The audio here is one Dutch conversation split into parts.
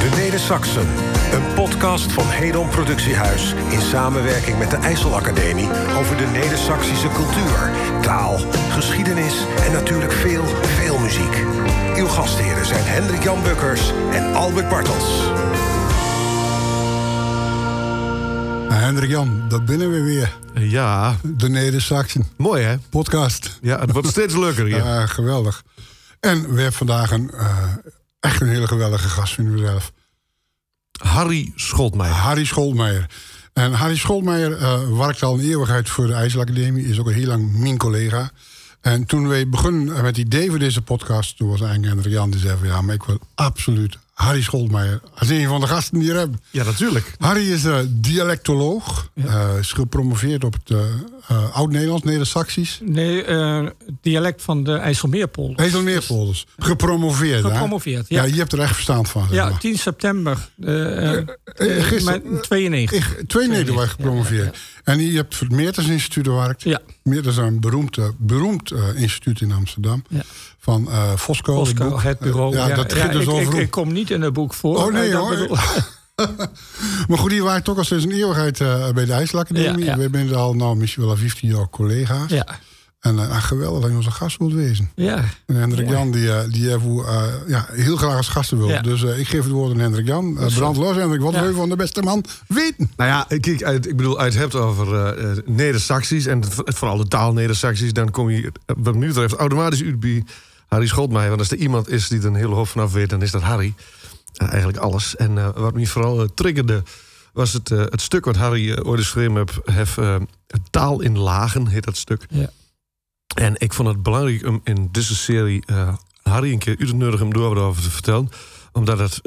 Neder-Saxen. Een podcast van Hedon Productiehuis in samenwerking met de IJsselacademie over de Neder-Saxische cultuur, taal, geschiedenis en natuurlijk veel muziek. Uw gastheren zijn Hendrik Jan Bukkers en Albert Bartels. Hendrik Jan, daar binnen we weer. Ja. De Neder-Saxen. Mooi, hè? Podcast. Ja, het wordt steeds leuker hier. Geweldig. En we hebben vandaag echt een hele geweldige gast, vinden we zelf. Harry Scholtmeijer. Harry Scholtmeijer. En Harry Scholtmeijer werkt al een eeuwigheid voor de IJsselacademie. Is ook al heel lang mijn collega. En toen wij begonnen met het idee voor deze podcast, toen was eigenlijk Hendrik Jan die zei van ja, maar ik wil absoluut Harry Scholtmeijer als een van de gasten die hier hebben. Ja, natuurlijk. Harry is dialectoloog. Is gepromoveerd op het Oud-Nederlands, Neder-Saxisch. Nee, dialect van de IJsselmeerpolders. IJsselmeerpolders. Gepromoveerd, Gepromoveerd, ja. Ja, je hebt er echt verstand van. Zeg maar. 10 september gisteren, 92. 92 was gepromoveerd. Ja. En je hebt voor het Meertens Instituut gewerkt. Ja. Meertens is een beroemd instituut in Amsterdam. Ja. Van Fosco, het bureau. Ja, dat gaat dus over. Ik kom niet in het boek voor. Oh nee hoor. Maar goed, die waren toch al sinds een eeuwigheid bij de IJsselacademie. Ja. We zijn al misschien wel al 15 jaar collega's. Ja. En geweldig dat je onze gast wilt wezen. Ja. En Hendrik Jan, die heel graag als gasten wil. Ja. Dus ik geef het woord aan Hendrik Jan. Brandlos, Hendrik, wat wil je van de beste man weten? Nou ja, kijk, als je het hebt over Neder-Saxisch en vooral de taal Neder-Saxisch, dan kom je, wat mij betreft, automatisch uit bij Harry Scholtmeijer. Want als er iemand is die er een hele hoop vanaf weet, dan is dat Harry. Eigenlijk alles. En wat me vooral triggerde, was het stuk wat Harry ooit geschreven heeft. Taal in lagen heet dat stuk. Ja. En ik vond het belangrijk om in deze serie Harry een keer uitnodigen om daarover te vertellen. Omdat het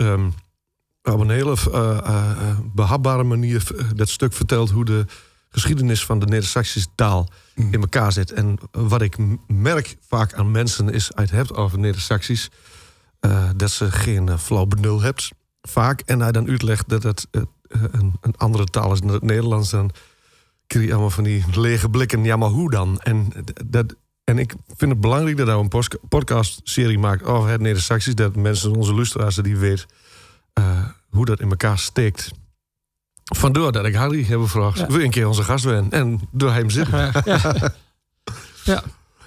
op een hele behapbare manier dat stuk vertelt hoe de geschiedenis van de Neder-Saxische taal in elkaar zit. En wat ik merk vaak aan mensen is, als je het hebt over Neder-Saxisch, dat ze geen flauw benul hebt. Vaak. En hij dan uitlegt dat het een andere taal is dan het Nederlands. Dan krijg je allemaal van die lege blikken. Ja, maar hoe dan? En ik vind het belangrijk dat hij een podcastserie maakt over het Neder-Saxisch. Dat mensen, onze luisteraars, die weet hoe dat in elkaar steekt. Vandaar dat ik Harry heb gevraagd. Wil je een keer onze gast zijn? En door hem zitten. Ja.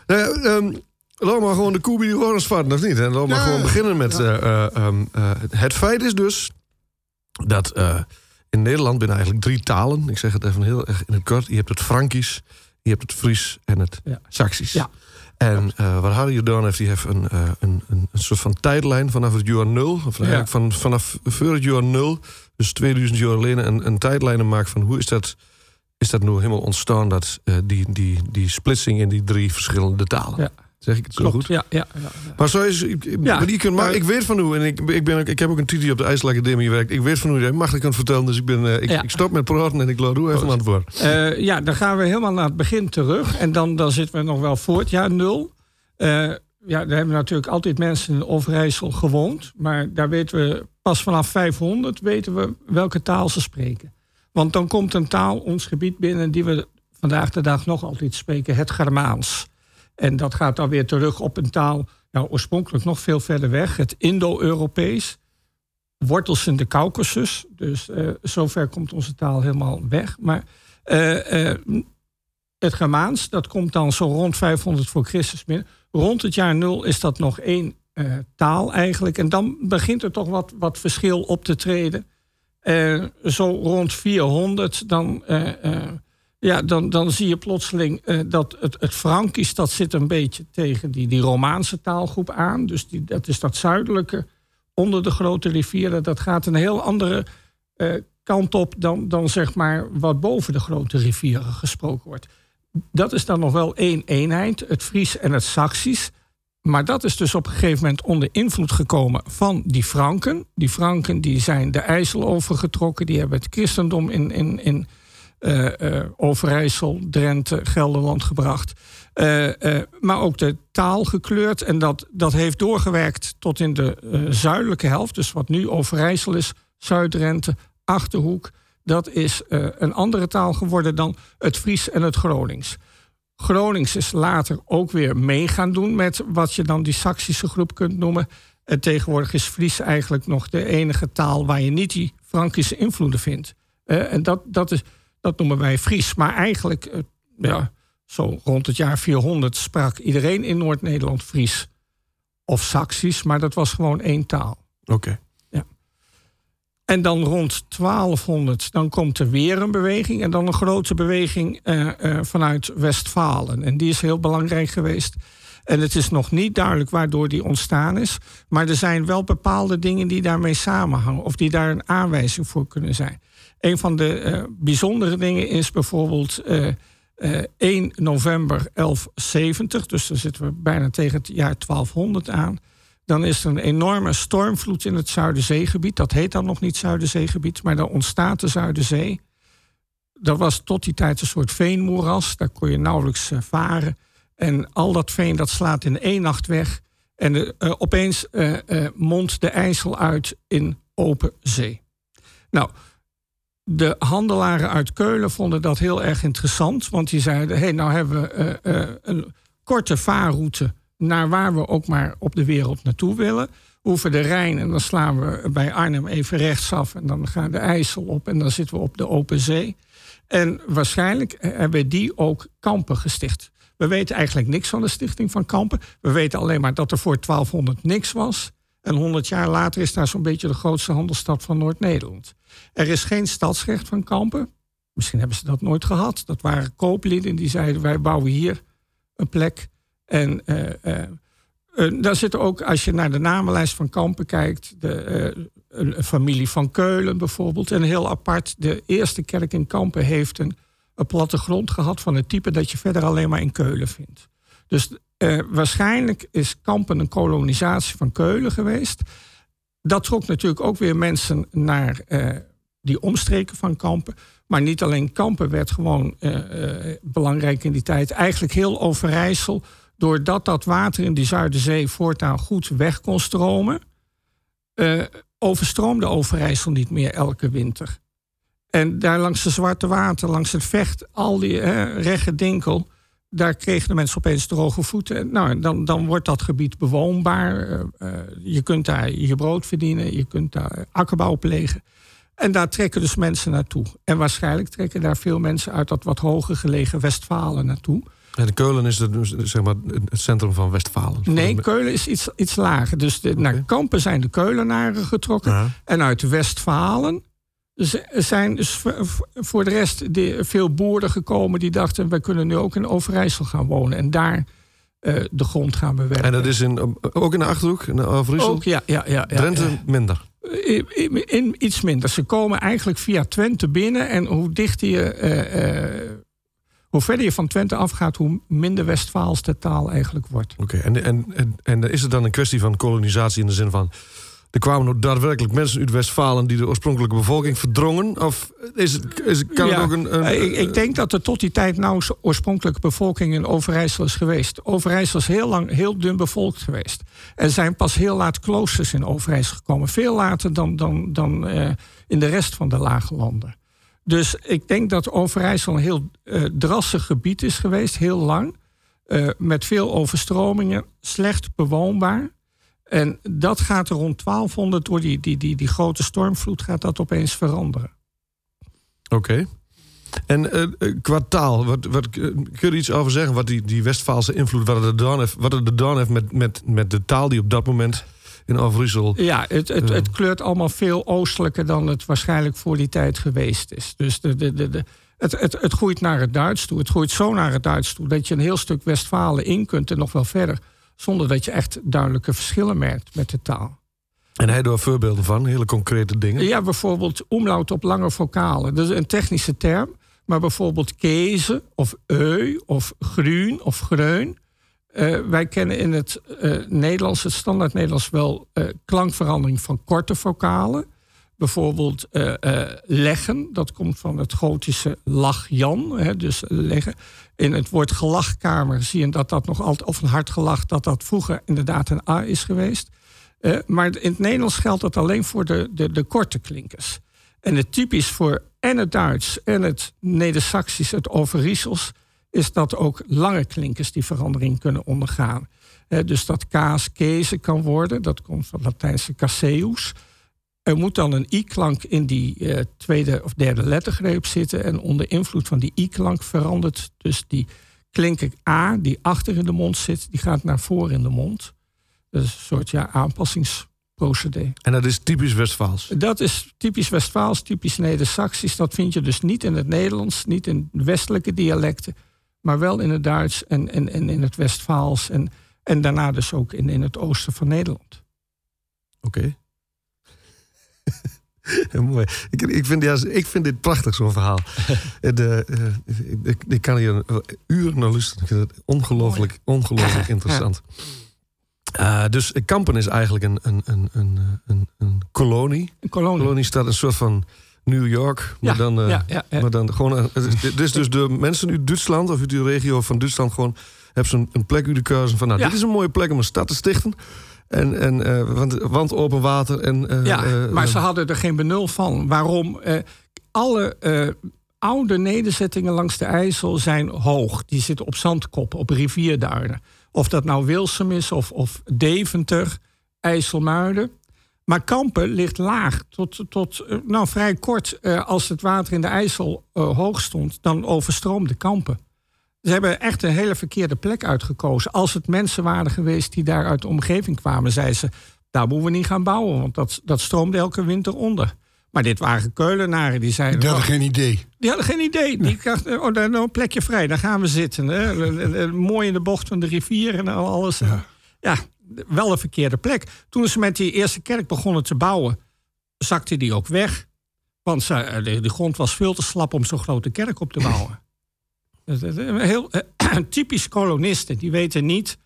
Laten we maar gewoon de koe bij de horens vatten, of niet? En laten we maar gewoon beginnen met... het feit is dus dat in Nederland binnen eigenlijk 3 talen. Ik zeg het even heel erg in het kort. Je hebt het Frankisch, je hebt het Fries en het Saxisch. Ja. En wat Harry gedaan heeft, die heeft een soort van tijdlijn vanaf het jaar 0. Of vanaf voor het jaar 0, dus 2000 jaar geleden, een tijdlijn gemaakt van hoe is dat nu helemaal ontstaan, dat die splitsing in die 3 verschillende talen. Ja. Zeg ik het zo goed? Ja. Maar zo is, ik weet van hoe, en ik heb ook een titel op de IJsselacademie gewerkt. Ik weet van hoe je makkelijk kan vertellen, dus ik stop met praten en ik laat u even een antwoord. Dan gaan we helemaal naar het begin terug. En dan zitten we nog wel voor het jaar 0. Daar hebben natuurlijk altijd mensen in Overijssel gewoond. Maar daar weten we pas vanaf 500 weten we welke taal ze spreken. Want dan komt een taal ons gebied binnen die we vandaag de dag nog altijd spreken, het Germaans. En dat gaat dan weer terug op een taal, oorspronkelijk nog veel verder weg. Het Indo-Europees. Wortels in de Caucasus. Dus zover komt onze taal helemaal weg. Maar het Germaans, dat komt dan zo rond 500 voor Christus binnen. Rond het jaar 0 is dat nog 1 taal eigenlijk. En dan begint er toch wat verschil op te treden. Zo rond 400 dan zie je plotseling dat het Frankisch, dat zit een beetje tegen die Romaanse taalgroep aan. Dus dat is dat zuidelijke onder de grote rivieren. Dat gaat een heel andere kant op dan zeg maar wat boven de grote rivieren gesproken wordt. Dat is dan nog wel 1 eenheid, het Fries en het Saxisch. Maar dat is dus op een gegeven moment onder invloed gekomen van die Franken. Die Franken die zijn de IJssel overgetrokken. Die hebben het christendom in Overijssel, Drenthe, Gelderland gebracht. Maar ook de taal gekleurd. En dat heeft doorgewerkt tot in de zuidelijke helft. Dus wat nu Overijssel is, Zuid-Drenthe, Achterhoek. Dat is een andere taal geworden dan het Fries en het Gronings. Gronings is later ook weer mee gaan doen met wat je dan die Saksische groep kunt noemen. En tegenwoordig is Fries eigenlijk nog de enige taal waar je niet die Frankische invloeden vindt. En dat noemen wij Fries. Maar eigenlijk, zo rond het jaar 400 sprak iedereen in Noord-Nederland Fries. Of Saksisch, maar dat was gewoon één taal. Oké. Ja. En dan rond 1200, dan komt er weer een beweging. En dan een grote beweging vanuit Westfalen. En die is heel belangrijk geweest. En het is nog niet duidelijk waardoor die ontstaan is. Maar er zijn wel bepaalde dingen die daarmee samenhangen. Of die daar een aanwijzing voor kunnen zijn. Een van de bijzondere dingen is bijvoorbeeld 1 november 1170. Dus dan zitten we bijna tegen het jaar 1200 aan. Dan is er een enorme stormvloed in het Zuiderzeegebied. Dat heet dan nog niet Zuiderzeegebied, maar dan ontstaat de Zuiderzee. Dat was tot die tijd een soort veenmoeras. Daar kon je nauwelijks varen. En al dat veen dat slaat in 1 nacht weg. En opeens mondt de IJssel uit in open zee. Nou, de handelaren uit Keulen vonden dat heel erg interessant. Want die zeiden, nou hebben we een korte vaarroute naar waar we ook maar op de wereld naartoe willen. We hoeven de Rijn en dan slaan we bij Arnhem even rechtsaf. En dan gaat de IJssel op en dan zitten we op de open zee. En waarschijnlijk hebben die ook kampen gesticht. We weten eigenlijk niks van de stichting van kampen. We weten alleen maar dat er voor 1200 niks was. En 100 jaar later is daar zo'n beetje de grootste handelsstad van Noord-Nederland. Er is geen stadsrecht van kampen. Misschien hebben ze dat nooit gehad. Dat waren kooplieden die zeiden, wij bouwen hier een plek. En daar zitten ook, als je naar de namenlijst van kampen kijkt, een familie van Keulen bijvoorbeeld. En heel apart, de eerste kerk in Kampen heeft een plattegrond gehad van het type dat je verder alleen maar in Keulen vindt. Dus waarschijnlijk is Kampen een kolonisatie van Keulen geweest. Dat trok natuurlijk ook weer mensen naar die omstreken van Kampen. Maar niet alleen Kampen werd gewoon belangrijk in die tijd. Eigenlijk heel Overijssel, doordat dat water in die Zuiderzee voortaan goed weg kon stromen, overstroomde Overijssel niet meer elke winter. En daar langs de Zwarte Water, langs het Vecht, al die Reggedinkel, daar kregen de mensen opeens droge voeten. Nou, dan wordt dat gebied bewoonbaar. Je kunt daar je brood verdienen, je kunt daar akkerbouw plegen. En daar trekken dus mensen naartoe. En waarschijnlijk trekken daar veel mensen uit dat wat hoger gelegen Westfalen naartoe. En Keulen is zeg maar het centrum van Westfalen? Nee, Keulen is iets lager. Dus naar Kampen zijn de Keulenaren getrokken. Ja. En uit Westfalen zijn dus voor de rest veel boeren gekomen die dachten, wij kunnen nu ook in Overijssel gaan wonen. En daar de grond gaan bewerken. En dat is ook in de Achterhoek, in Overijssel? Ook, ja. Drenthe minder? Iets minder. Ze komen eigenlijk via Twente binnen. En hoe verder je van Twente afgaat, hoe minder Westfaals de taal eigenlijk wordt. Oké, en is het dan een kwestie van kolonisatie in de zin van, er kwamen ook daadwerkelijk mensen uit Westfalen die de oorspronkelijke bevolking verdrongen? Of kan het ook een... Ik denk dat er tot die tijd nauwelijks oorspronkelijke bevolking in Overijssel is geweest. Overijssel is heel lang heel dun bevolkt geweest. Er zijn pas heel laat kloosters in Overijssel gekomen. Veel later dan in de rest van de Lage Landen. Dus ik denk dat Overijssel een heel drassig gebied is geweest, heel lang. Met veel overstromingen, slecht bewoonbaar. En dat gaat er rond 1200, door die grote stormvloed, gaat dat opeens veranderen. Oké. En qua taal, kun je er iets over zeggen? Wat die Westfaalse invloed, wat het gedaan heeft met de taal die op dat moment in Overijssel... Ja, het kleurt allemaal veel oostelijker dan het waarschijnlijk voor die tijd geweest is. Dus het groeit naar het Duits toe. Het groeit zo naar het Duits toe dat je een heel stuk Westfalen in kunt en nog wel verder, zonder dat je echt duidelijke verschillen merkt met de taal. En hij door voorbeelden van, hele concrete dingen? Ja, bijvoorbeeld omlaut op lange vocalen. Dat is een technische term. Maar bijvoorbeeld keze of eu of groen of greun. Wij kennen in het Nederlands, het standaard Nederlands, wel klankverandering van korte vocalen. Bijvoorbeeld leggen, dat komt van het Gotische lachjan, dus leggen. In het woord gelachkamer zie je dat nog altijd, of een hard gelach, dat vroeger inderdaad een a is geweest. Maar in het Nederlands geldt dat alleen voor de korte klinkers. En het typisch voor en het Duits en het Neder-Saksisch, het Overijssels, is dat ook lange klinkers die verandering kunnen ondergaan. Dus dat kaas kezen kan worden. Dat komt van het Latijnse caseus. Er moet dan een i-klank in die tweede of derde lettergreep zitten. En onder invloed van die i-klank verandert dus die klinker A, die achter in de mond zit, die gaat naar voren in de mond. Dat is een soort aanpassingsprocedé. En dat is typisch Westfaals? Dat is typisch Westfaals, typisch Neder-Saxisch. Dat vind je dus niet in het Nederlands, niet in westelijke dialecten, maar wel in het Duits en in het Westfaals. En daarna dus ook in het oosten van Nederland. Oké. Mooi. Ik vind dit prachtig, zo'n verhaal. Ik kan hier uren naar luisteren. Ik vind het ongelooflijk interessant. Dus Kampen is eigenlijk een kolonie. Een kolonie staat een soort van New York. Maar dan gewoon. Dus de mensen uit Duitsland of uit die regio van Duitsland gewoon hebben ze een plek uit de keuze van. Dit is een mooie plek om een stad te stichten. Want open water. Maar ze hadden er geen benul van. Waarom? Alle oude nederzettingen langs de IJssel zijn hoog. Die zitten op zandkoppen, op rivierduinen. Of dat nou Wilsum is of Deventer, IJsselmuiden. Maar Kampen ligt laag tot vrij kort. Als het water in de IJssel hoog stond, dan overstroomde Kampen. Ze hebben echt een hele verkeerde plek uitgekozen. Als het mensen waren geweest die daar uit de omgeving kwamen, zeiden ze, daar moeten we niet gaan bouwen, want dat stroomde elke winter onder. Maar dit waren Keulenaren, die zeiden... Die hadden geen idee. Die hadden geen idee. Die dachten, daar is een plekje vrij, daar gaan we zitten. Hè. Mooi in de bocht van de rivier en alles. Ja, wel een verkeerde plek. Toen ze met die eerste kerk begonnen te bouwen, zakte die ook weg. Want de grond was veel te slap om zo'n grote kerk op te bouwen. Heel typisch kolonisten. Die weten niet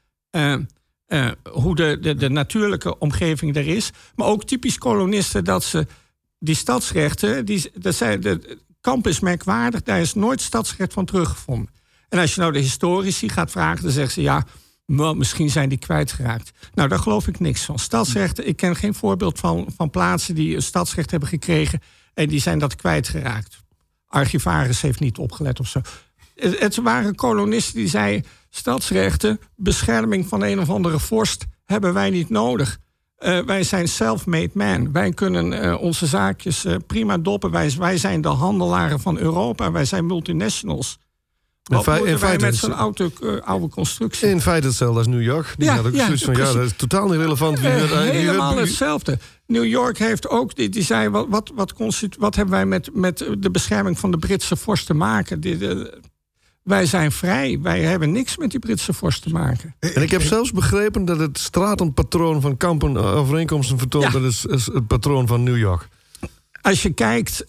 hoe de natuurlijke omgeving er is. Maar ook typisch kolonisten dat ze die stadsrechten... Kamp is merkwaardig, daar is nooit stadsrecht van teruggevonden. En als je nou de historici gaat vragen, dan zeggen ze... misschien zijn die kwijtgeraakt. Nou, daar geloof ik niks van. Stadsrechten, ik ken geen voorbeeld van plaatsen die een stadsrecht hebben gekregen... en die zijn dat kwijtgeraakt. Archivaris heeft niet opgelet of zo. Het waren kolonisten die zeiden... stadsrechten, bescherming van een of andere vorst... hebben wij niet nodig. Wij zijn self-made man. Wij kunnen onze zaakjes prima doppen. Wij zijn de handelaren van Europa. Wij zijn multinationals. Wat moeten wij met zo'n oude constructie? In feite hetzelfde als New York. Die had ook zoiets van, dat is totaal niet relevant. Helemaal hetzelfde. New York heeft ook, die zei... wat hebben wij met de bescherming van de Britse vorst te maken? Wij zijn vrij. Wij hebben niks met die Britse vorst te maken. En ik heb zelfs begrepen dat het stratenpatroon van Kampen overeenkomsten vertoont. Dat is het patroon van New York. Als je kijkt...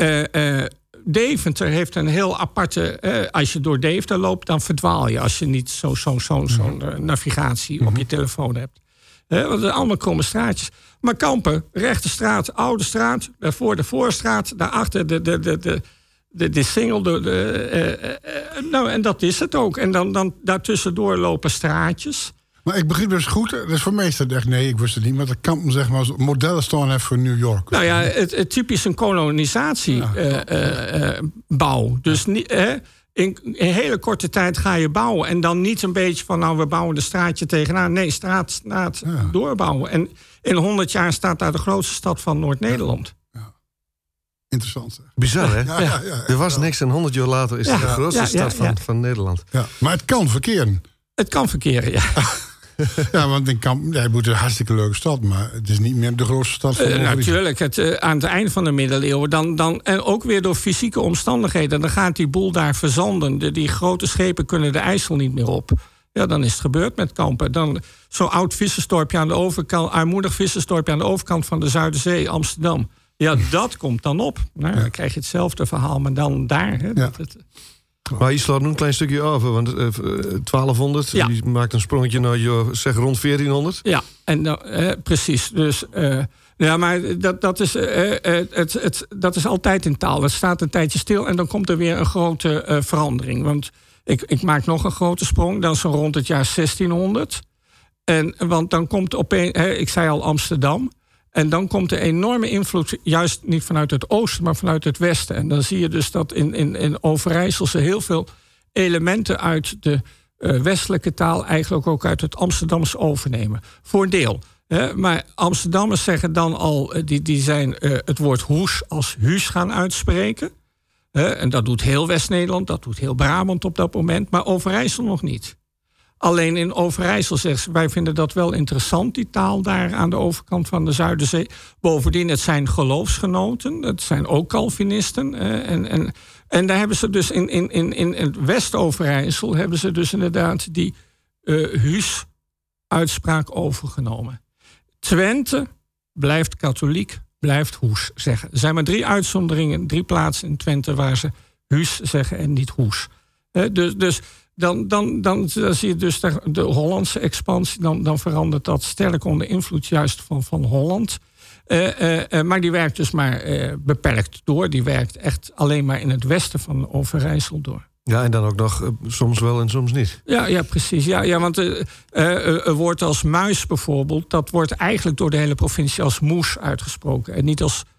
Deventer heeft een heel aparte... als je door Deventer loopt, dan verdwaal je... als je niet zo'n navigatie op je telefoon hebt. Want het zijn allemaal kromme straatjes. Maar Kampen, rechte straat, oude straat... daarvoor de voorstraat, daarachter de single... en dat is het ook. En dan daartussendoor lopen straatjes... Maar ik begrijp dus goed, dat is voor meester echt nee, ik wist het niet, maar dat Kampen zeg maar modellen staan heeft voor New York. Nou ja, het typisch een kolonisatiebouw. Dus in een hele korte tijd ga je bouwen en dan niet een beetje van we bouwen de straatje tegenaan. Nee, straat doorbouwen. En in 100 jaar staat daar de grootste stad van Noord-Nederland. Ja. Interessant. Zeg. Bizar, hè? Ja. Er was niks en 100 jaar later is het de grootste stad van Nederland. Ja. Maar het kan verkeren. Het kan verkeren, ja. Ja, want in Kampen, het moet een hartstikke leuke stad, maar het is niet meer de grootste stad van natuurlijk, aan het eind van de middeleeuwen, en ook weer door fysieke omstandigheden, dan gaat die boel daar verzanden. Die grote schepen kunnen de IJssel niet meer op. Ja, dan is het gebeurd met Kampen. Dan zo'n oud vissersdorpje aan de overkant, armoedig vissersdorpje aan de overkant van de Zuiderzee, Amsterdam. Ja, dat komt dan op. Nou, dan krijg je hetzelfde verhaal, maar dan daar. Hè, Maar je slaat nu een klein stukje over, want 1200, die maakt een sprongetje naar rond 1400. Ja, en precies. Dus, maar dat is altijd in taal. Het staat een tijdje stil en dan komt er weer een grote verandering. Want ik maak nog een grote sprong, dan zo rond het jaar 1600. Want dan komt opeens, ik zei al Amsterdam... En dan komt er enorme invloed, juist niet vanuit het oosten, maar vanuit het westen. En dan zie je dus dat in Overijssel ze heel veel elementen uit de westelijke taal eigenlijk ook uit het Amsterdams overnemen. Voor een deel. Maar Amsterdammers zeggen dan al, die zijn het woord hoes als huus gaan uitspreken. En dat doet heel West-Nederland, dat doet heel Brabant op dat moment, maar Overijssel nog niet. Alleen in Overijssel zeggen ze, wij vinden dat wel interessant, die taal daar aan de overkant van de Zuiderzee. Bovendien, het zijn geloofsgenoten, het zijn ook Calvinisten. En daar hebben ze dus in het West-Overijssel hebben ze dus inderdaad die huus-uitspraak overgenomen. Twente blijft katholiek, blijft hoes zeggen. Er zijn maar 3 uitzonderingen, 3 plaatsen in Twente waar ze huus zeggen en niet hoes. Dus dan zie je dus de Hollandse expansie, dan verandert dat sterk onder invloed juist van Holland. Maar die werkt dus maar beperkt door. Die werkt echt alleen maar in het westen van Overijssel door. Ja, en dan ook nog soms wel en soms niet. Ja, precies. Ja, want een woord als muis bijvoorbeeld, dat wordt eigenlijk door de hele provincie als moes uitgesproken. En niet als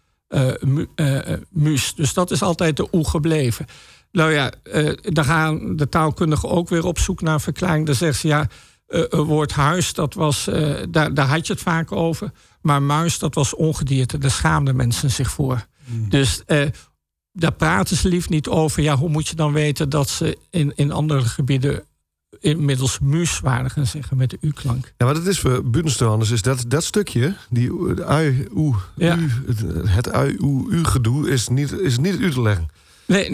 muus. Dus dat is altijd de oe gebleven. Nou ja, dan gaan de taalkundigen ook weer op zoek naar verklaring. Dan zeggen ze, het woord huis, dat was, daar had je het vaak over. Maar muis, dat was ongedierte. Daar schaamden mensen zich voor. Dus daar praten ze lief niet over. Ja, hoe moet je dan weten dat ze in andere gebieden inmiddels muus waren gaan zeggen met de u-klank? Ja, wat het is voor buitenstaanders is dat stukje, die ui, oe, u, het ui, oe, u gedoe, is niet uit te leggen. Nee.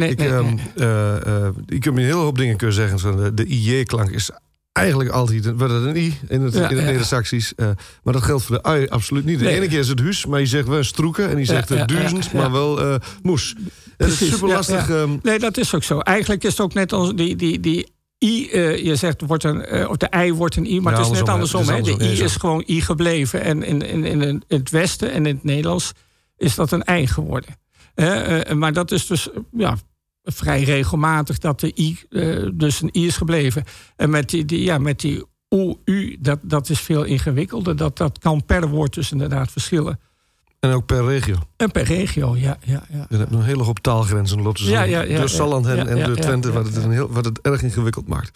Ik heb een hele hoop dingen kunnen zeggen. De IJ-klank is eigenlijk altijd een I in het Neder-Saxisch. Maar dat geldt voor de ui absoluut niet. De ene keer is het huis, maar je zegt wel stroeken. En die zegt duizend, maar wel moes. Dat is super lastig. Nee, dat is ook zo. Eigenlijk is het ook net als die I, je zegt of de ei wordt een I, maar het is net andersom. De I is gewoon I gebleven. En in het Westen en in het Nederlands is dat een ei geworden. Maar dat is dus vrij regelmatig dat de I dus een I is gebleven. En met die OU, dat is veel ingewikkelder. Dat kan per woord dus inderdaad verschillen. En ook per regio. En per regio, ja. Je hebt een hele hoop taalgrenzen. Dus Salland en de Twente, wat het erg ingewikkeld maakt.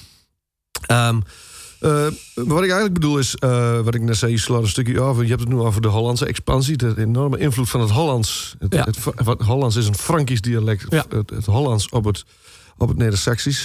Ja. Wat ik eigenlijk bedoel is, wat ik net zei, je slaat een stukje over. Je hebt het nu over de Hollandse expansie, de enorme invloed van het Hollands. Het Hollands is een Frankisch dialect, het Hollands op het Neder-Saxisch.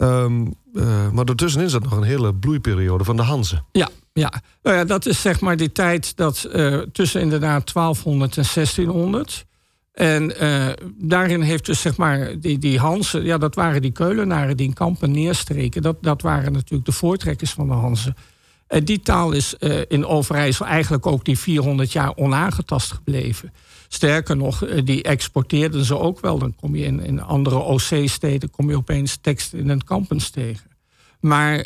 Maar daartussenin zat nog een hele bloeiperiode van de Hanzen. Ja. Nou ja, dat is zeg maar die tijd dat tussen inderdaad 1200 en 1600. En daarin heeft dus zeg maar die Hanzen, dat waren die Keulenaren die in Kampen neerstreken. Dat waren natuurlijk de voortrekkers van de Hanzen. En die taal is in Overijssel eigenlijk ook die 400 jaar onaangetast gebleven. Sterker nog, die exporteerden ze ook wel. Dan kom je in andere OC-steden kom je opeens teksten in het Kampens tegen. Maar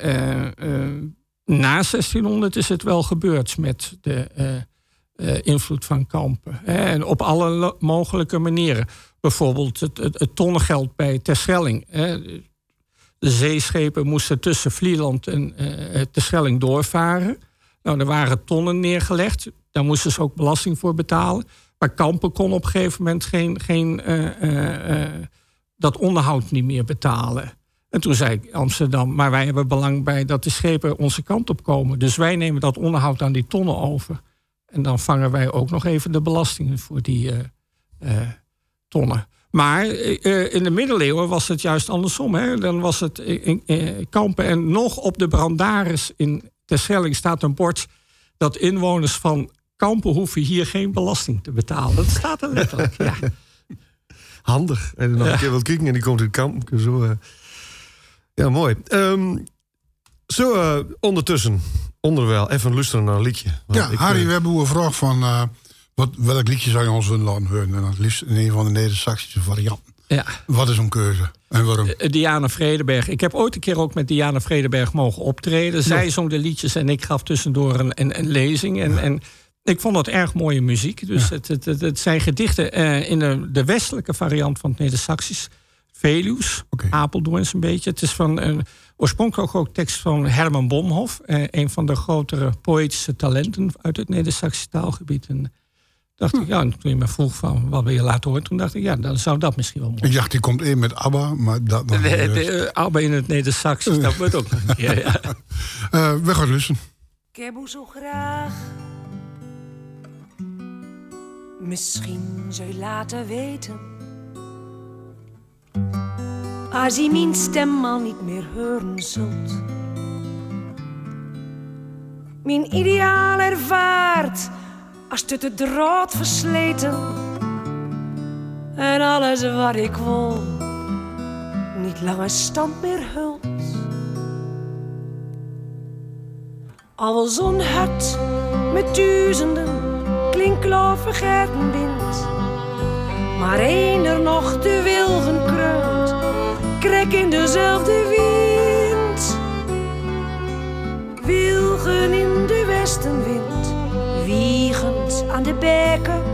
na 1600 is het wel gebeurd met de invloed van Kampen. En op alle mogelijke manieren. Bijvoorbeeld het tonnengeld bij Terschelling. De zeeschepen moesten tussen Vlieland en Terschelling doorvaren. Nou, er waren tonnen neergelegd. Daar moesten ze ook belasting voor betalen. Maar Kampen kon op een gegeven moment geen dat onderhoud niet meer betalen. En toen zei Amsterdam, maar wij hebben belang bij dat de schepen onze kant op komen. Dus wij nemen dat onderhoud aan die tonnen over. En dan vangen wij ook nog even de belastingen voor die tonnen. Maar in de middeleeuwen was het juist andersom. Hè? Dan was het in Kampen en nog op de Brandaris in Terschelling staat een bord dat inwoners van Kampen hoeven hier geen belasting te betalen. Dat staat er letterlijk, ja. Handig. En nog een keer wat kijken en die komt in Kampen. Zo, ja, mooi. Ondertussen, onderwijl, even luisteren naar een liedje. Harry, we hebben een vraag van welk liedje zou je ons willen laten horen? En het liefst in een van de Neder-Saxische varianten. Ja. Wat is een keuze en waarom? Diana Vredenberg. Ik heb ooit een keer ook met Diana Vredenberg mogen optreden. Zij zong de liedjes en ik gaf tussendoor een lezing. En ik vond dat erg mooie muziek. Dus het zijn gedichten in de westelijke variant van het Neder-Saxisch. Veluws, Apeldoorns een beetje. Het is van oorspronkelijk ook tekst van Herman Bomhoff. Een van de grotere poëtische talenten uit het Neder-Saxisch taalgebied. En Dacht ik, toen je me vroeg van wat wil je laten horen, toen dacht ik, dan zou dat misschien wel moeten. Ik dacht, die komt in met ABBA, maar dat nog niet. ABBA in het Neder-Saxisch, dat wordt ook nog een keer, we gaan luisteren. Ik heb u zo graag. Misschien zou je laten weten. Als je mijn stem al niet meer horen zult. Mijn ideaal ervaart als het de draad versleten. En alles wat ik wil niet langer stand meer hult. Al wel zo'n hut met duizenden klinkklauw vergeten bindt. Maar één er nog de wilgen kreunt, krek in dezelfde wind. Wilgen in de westenwind, wiegend aan de bekken.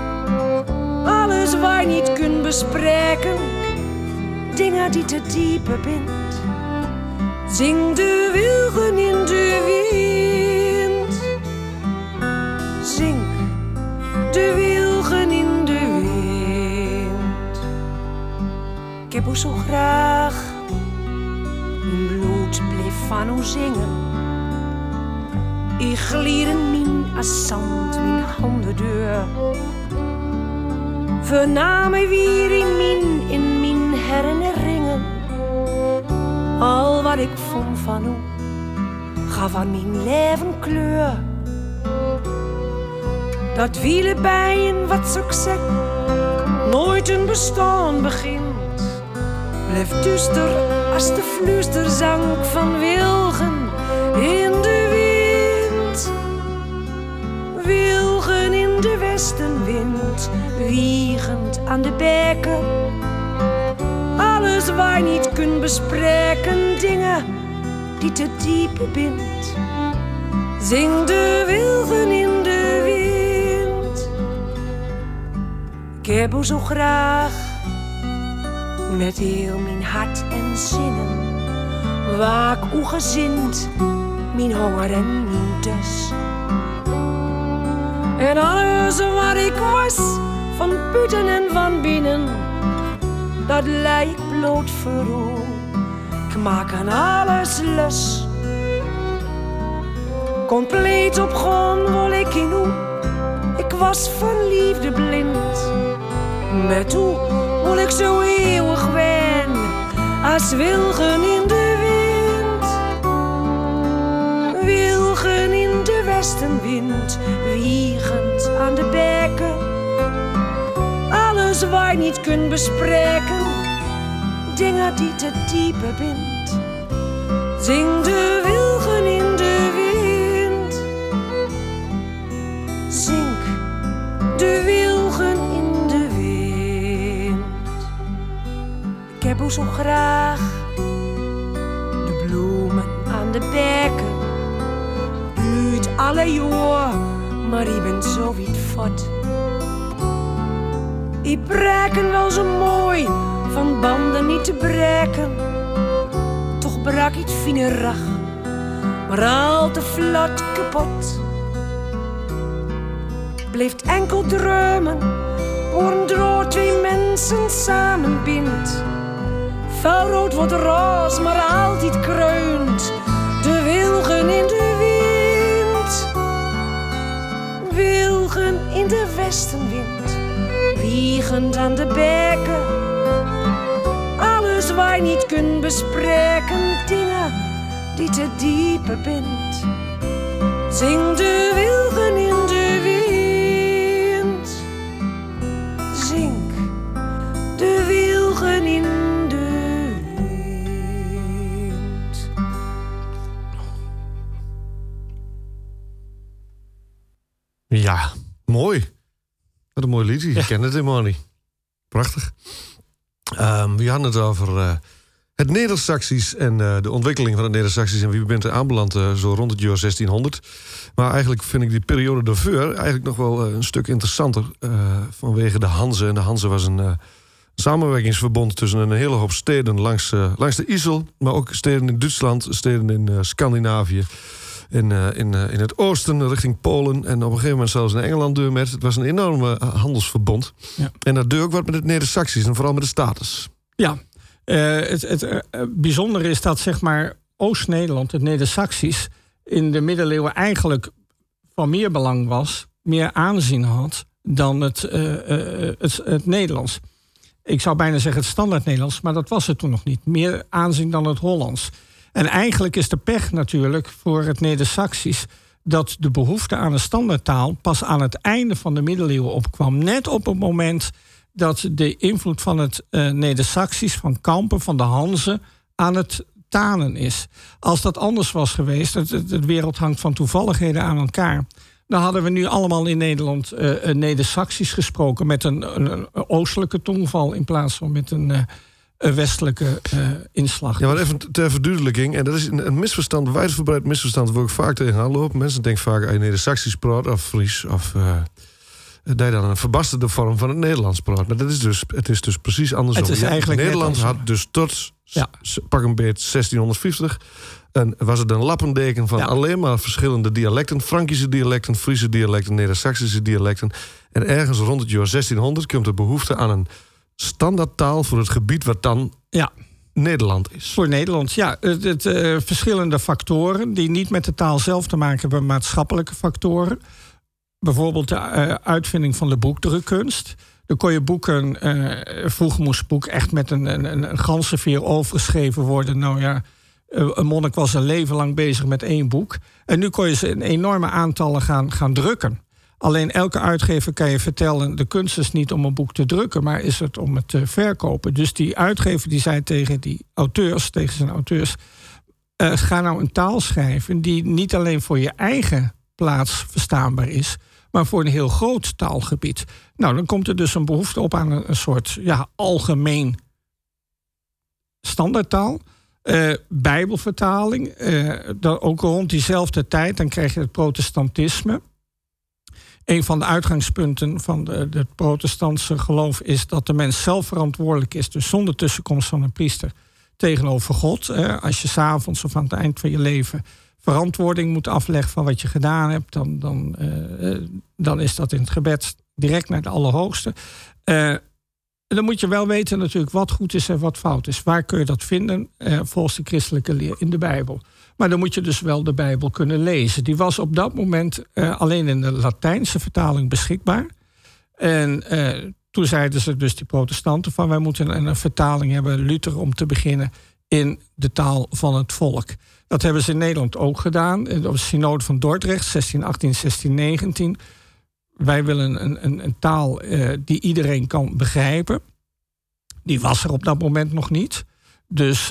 Alles waar je niet kunt bespreken, dingen die te diepe bindt. Zing de wilgen in de wind. Zing de wilgen in de wind. Ik heb u zo graag. Mijn bloed bleef van u zingen. Ik glieren min als zand, mijn handen deur. Vernamen weer in mijn herinneringen. Al wat ik vond van u, gaf aan mijn leven kleur. Dat wielen bijen wat succes nooit een bestaan begint. Blijft duister als de fluisterzang van wilgen in de wind. Wilgen in de westenwind, wiegend aan de bekken. Alles waar je niet kunt bespreken, dingen die te diep bindt. Zing de wilgen in de wind. Ik heb u zo graag, met heel mijn hart en zinnen. Waak u gezind, mijn honger en mijn dus. En alles wat ik was, van buiten en van binnen, dat lijk bloot voor u. Ik maak aan alles lus. Compleet op grond wil ik in u. Ik was van liefde blind. Met u wil ik zo eeuwig wen, als wilgen in de wind. Wilgen in de westenwind, wiegend aan de bekken. Alles waar je niet kunt bespreken, dingen die te diepe bindt. Zing de wilgen in de wind. Zing de wilgen in de wind. Ik heb u zo graag, de bloemen aan de bekken. Bloeit alle jaar, maar je bent zo wit vat. Die breken wel zo mooi, van banden niet te breken. Toch brak iets fine rag, maar al te vlot kapot. Bleef enkel dromen, voor een droom twee mensen samenbindt. Felrood wordt roos, maar altijd kreunt de wilgen in de wind. Wilgen in de westenwind, wiegend aan de bekken. Alles waar je niet kunt bespreken, dingen die te diepe bindt. Zing de wilgen in de wind. Zing de wilgen in de wind. Ja, mooi. Wat een mooi liedje. Je kent het helemaal niet. Prachtig. We hadden het over het Neder-Saxisch en de ontwikkeling van het Neder-Saxisch. En wie bent er aanbeland zo rond het jaar 1600. Maar eigenlijk vind ik die periode daarvoor eigenlijk nog wel een stuk interessanter. Vanwege de Hanze. En de Hanze was een samenwerkingsverbond tussen een hele hoop steden langs de IJssel. Maar ook steden in Duitsland, steden in Scandinavië. in het oosten richting Polen. En op een gegeven moment zelfs in Engeland deur met. Het was een enorme handelsverbond. Ja. En dat deur ook wat met het Neder-Saxisch en vooral met de Status. Ja, het bijzondere is dat zeg maar Oost-Nederland, het Neder-Saxisch, in de middeleeuwen eigenlijk van meer belang was, meer aanzien had dan het Nederlands. Ik zou bijna zeggen het standaard Nederlands, maar dat was het toen nog niet. Meer aanzien dan het Hollands. En eigenlijk is de pech natuurlijk voor het Neder-Saxisch dat de behoefte aan een standaardtaal pas aan het einde van de middeleeuwen opkwam. Net op het moment dat de invloed van het Neder-Saxisch, van Kampen, van de Hanzen aan het tanen is. Als dat anders was geweest, de wereld hangt van toevalligheden aan elkaar, dan hadden we nu allemaal in Nederland Neder-Saxisch gesproken met een oostelijke tongval in plaats van met een westelijke inslag. Ja, maar even ter verduidelijking, en dat is een misverstand, een wijdverbreid misverstand waar ik vaak tegenaan loop. Mensen denken vaak aan Neder-Saxisch praat of Fries of dat je dan een verbasterde vorm van het Nederlands praat. Maar het is dus precies andersom. Het is eigenlijk Nederland had dus tot pak een beetje 1650... En was het een lappendeken van alleen maar verschillende dialecten. Frankische dialecten, Friese dialecten, Neder-Saxische dialecten. En ergens rond het jaar 1600 komt de behoefte aan een standaardtaal voor het gebied wat dan Nederland is. Voor Nederland, ja. Het verschillende factoren die niet met de taal zelf te maken hebben, maar maatschappelijke factoren. Bijvoorbeeld de uitvinding van de boekdrukkunst. Dan kon je boeken, vroeger moest boek echt met een ganzenveer overgeschreven worden. Nou ja, een monnik was een leven lang bezig met 1 boek. En nu kon je ze in enorme aantallen gaan drukken. Alleen elke uitgever kan je vertellen, de kunst is niet om een boek te drukken, maar is het om het te verkopen. Dus die uitgever die zei tegen zijn auteurs, ga nou een taal schrijven die niet alleen voor je eigen plaats verstaanbaar is, maar voor een heel groot taalgebied. Nou, dan komt er dus een behoefte op aan een soort algemeen standaardtaal. Bijbelvertaling. Ook rond diezelfde tijd, dan krijg je het protestantisme. Een van de uitgangspunten van het protestantse geloof is dat de mens zelf verantwoordelijk is, dus zonder tussenkomst van een priester, tegenover God. Als je 's avonds of aan het eind van je leven verantwoording moet afleggen van wat je gedaan hebt, dan is dat in het gebed direct naar de Allerhoogste. Dan moet je wel weten natuurlijk wat goed is en wat fout is. Waar kun je dat vinden? Volgens de christelijke leer in de Bijbel. Maar dan moet je dus wel de Bijbel kunnen lezen. Die was op dat moment alleen in de Latijnse vertaling beschikbaar. En toen zeiden ze dus die protestanten van, wij moeten een vertaling hebben, Luther om te beginnen, in de taal van het volk. Dat hebben ze in Nederland ook gedaan. Op de synode van Dordrecht, 1618, 1619... Wij willen een taal die iedereen kan begrijpen. Die was er op dat moment nog niet. Dus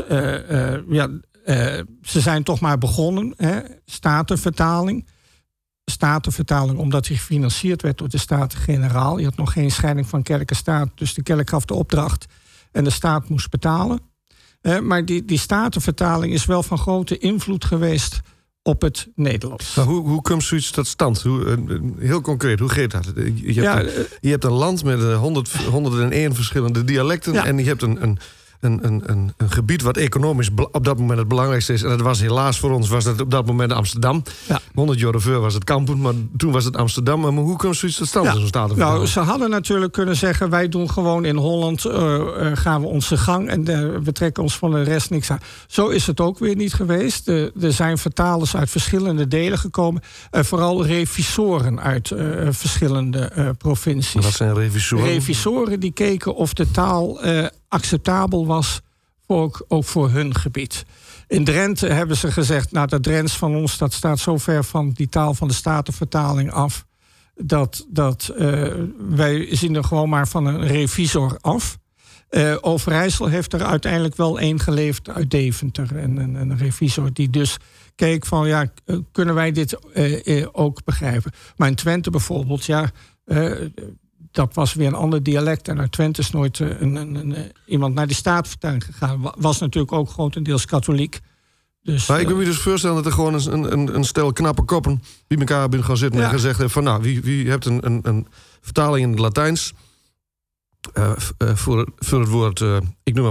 ze zijn toch maar begonnen. Statenvertaling. Statenvertaling omdat die gefinancierd werd door de Staten-Generaal. Je had nog geen scheiding van kerk en staat. Dus de kerk gaf de opdracht en de staat moest betalen. Maar die Statenvertaling is wel van grote invloed geweest op het Nederlands. Maar hoe komt zoiets tot stand? Heel concreet, hoe gaat dat? Je hebt een land met 101 verschillende dialecten en je hebt een gebied wat economisch op dat moment het belangrijkste is. En dat was helaas voor ons, was dat op dat moment Amsterdam. Ja. 100 jaar ervoor was het Kampen, maar toen was het Amsterdam. Maar hoe komt zoiets tot stand in zo'n statenvertaling? Nou, ze hadden natuurlijk kunnen zeggen, wij doen gewoon in Holland, gaan we onze gang en we trekken ons van de rest niks aan. Zo is het ook weer niet geweest. Er zijn vertalers uit verschillende delen gekomen. Vooral revisoren uit verschillende provincies. Wat zijn revisoren? Revisoren die keken of de taal acceptabel was ook voor hun gebied. In Drenthe hebben ze gezegd, nou, dat Drents van ons, dat staat zo ver van die taal van de Statenvertaling af, dat wij zien er gewoon maar van een revisor af. Overijssel heeft er uiteindelijk wel één geleverd uit Deventer. Een revisor die dus keek van, kunnen wij dit ook begrijpen? Maar in Twente bijvoorbeeld, dat was weer een ander dialect. En uit Twente is nooit iemand naar die Statenvertaling gegaan. Was natuurlijk ook grotendeels katholiek. Dus, maar ik wil me dus voorstellen dat er gewoon een stel knappe koppen die elkaar hebben gaan zitten en gezegd hebben van, nou, wie hebt een vertaling in het Latijns voor het woord, ik noem maar wat,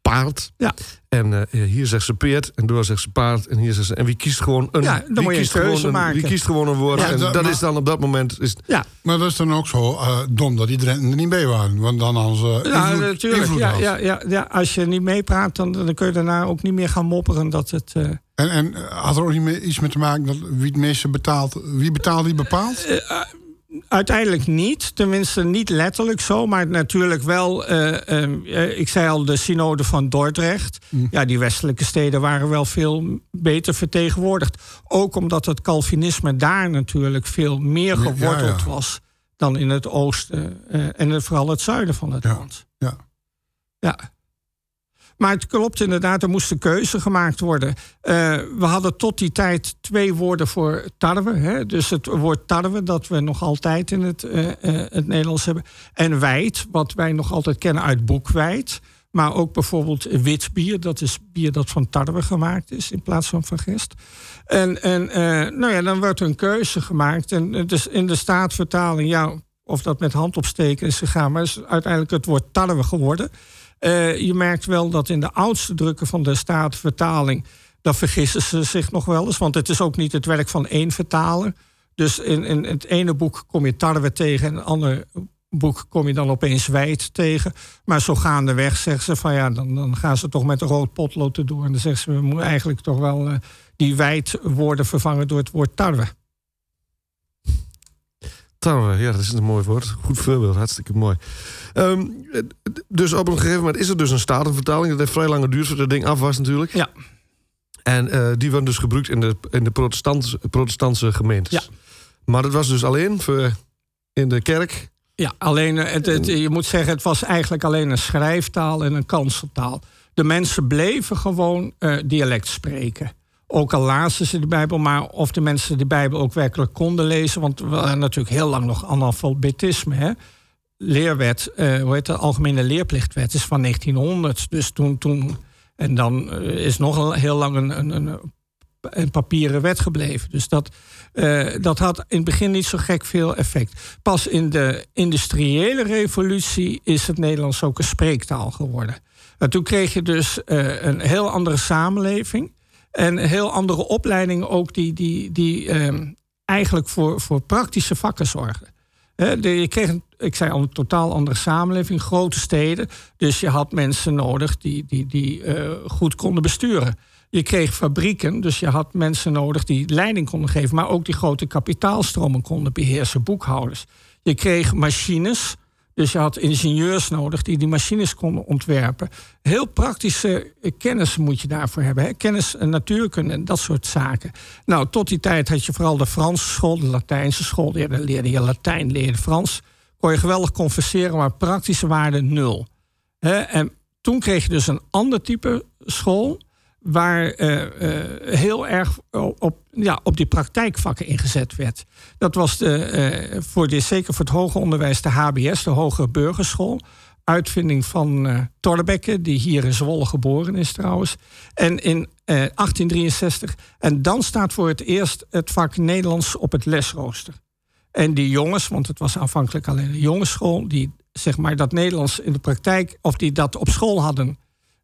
paard. Ja. En hier zegt ze peert en door zegt ze paard. En hier zegt ze... En wie kiest gewoon een... Ja, dan moet je een keuze maken. Wie kiest gewoon een woord. Ja, en dat is dan op dat moment... Ja. Maar dat is dan ook zo dom dat die Drenten er niet bij waren. Want dan als natuurlijk. Ja, als je niet meepraat, dan kun je daarna ook niet meer gaan mopperen dat het... En had er ook niet meer iets mee te maken dat wie het meeste betaalt... Wie betaalt, die bepaalt? Uiteindelijk niet, tenminste niet letterlijk zo, maar natuurlijk wel, ik zei al, de synode van Dordrecht. Ja, die westelijke steden waren wel veel beter vertegenwoordigd. Ook omdat het Calvinisme daar natuurlijk veel meer geworteld was dan in het oosten en vooral het zuiden van het land. Ja. Maar het klopt inderdaad, er moest een keuze gemaakt worden. We hadden tot die tijd 2 woorden voor tarwe. Hè? Dus het woord tarwe, dat we nog altijd in het Nederlands hebben. En wijd, wat wij nog altijd kennen uit boekwijd. Maar ook bijvoorbeeld wit bier. Dat is bier dat van tarwe gemaakt is in plaats van gist. En dan wordt er een keuze gemaakt. En dus in de Staatvertaling, of dat met hand opsteken is gegaan. Maar is uiteindelijk het woord tarwe geworden. Je merkt wel dat in de oudste drukken van de Staatvertaling... daar vergissen ze zich nog wel eens. Want het is ook niet het werk van 1 vertaler. Dus in het ene boek kom je tarwe tegen... en in het andere boek kom je dan opeens wijd tegen. Maar zo gaandeweg zeggen ze van... dan gaan ze toch met een rood potlood erdoor. En dan zeggen ze, we moeten eigenlijk toch wel... die wijd woorden vervangen door het woord tarwe. Tarwe, ja, dat is een mooi woord. Goed voorbeeld, hartstikke mooi. Dus op een gegeven moment is er dus een Statenvertaling. Dat heeft vrij lang geduurd voordat het ding af was natuurlijk. Ja. En die wordt dus gebruikt in de protestantse gemeentes. Ja. Maar dat was dus alleen voor in de kerk. Ja, alleen je moet zeggen, het was eigenlijk alleen een schrijftaal en een kanseltaal. De mensen bleven gewoon dialect spreken. Ook al lazen ze de Bijbel, maar of de mensen de Bijbel ook werkelijk konden lezen. Want we hadden natuurlijk heel lang nog analfabetisme. Hè? Leerwet, de Algemene Leerplichtwet is van 1900. Dus toen en dan is nog heel lang een papieren wet gebleven. Dus dat had in het begin niet zo gek veel effect. Pas in de industriële revolutie is het Nederlands ook een spreektaal geworden. En toen kreeg je dus een heel andere samenleving. En heel andere opleidingen ook die eigenlijk voor praktische vakken zorgen. Je kreeg ik zei al, een totaal andere samenleving, grote steden. Dus je had mensen nodig die goed konden besturen. Je kreeg fabrieken, dus je had mensen nodig die leiding konden geven. Maar ook die grote kapitaalstromen konden beheersen, boekhouders. Je kreeg machines, dus je had ingenieurs nodig die machines konden ontwerpen. Heel praktische kennis moet je daarvoor hebben. Hè? Kennis en natuurkunde en dat soort zaken. Nou, tot die tijd had je vooral de Franse school, de Latijnse school. Daar leerde je Latijn, leerde Frans. Kon je geweldig converseren, maar praktische waarde 0. En toen kreeg je dus een ander type school, waar heel erg op die praktijkvakken ingezet werd. Dat was zeker voor het hoger onderwijs de HBS, de Hogere Burgerschool. Uitvinding van Thorbecke, die hier in Zwolle geboren is trouwens. En in 1863. En dan staat voor het eerst het vak Nederlands op het lesrooster. En die jongens, want het was aanvankelijk alleen een jongensschool, die zeg maar dat Nederlands in de praktijk, of die dat op school hadden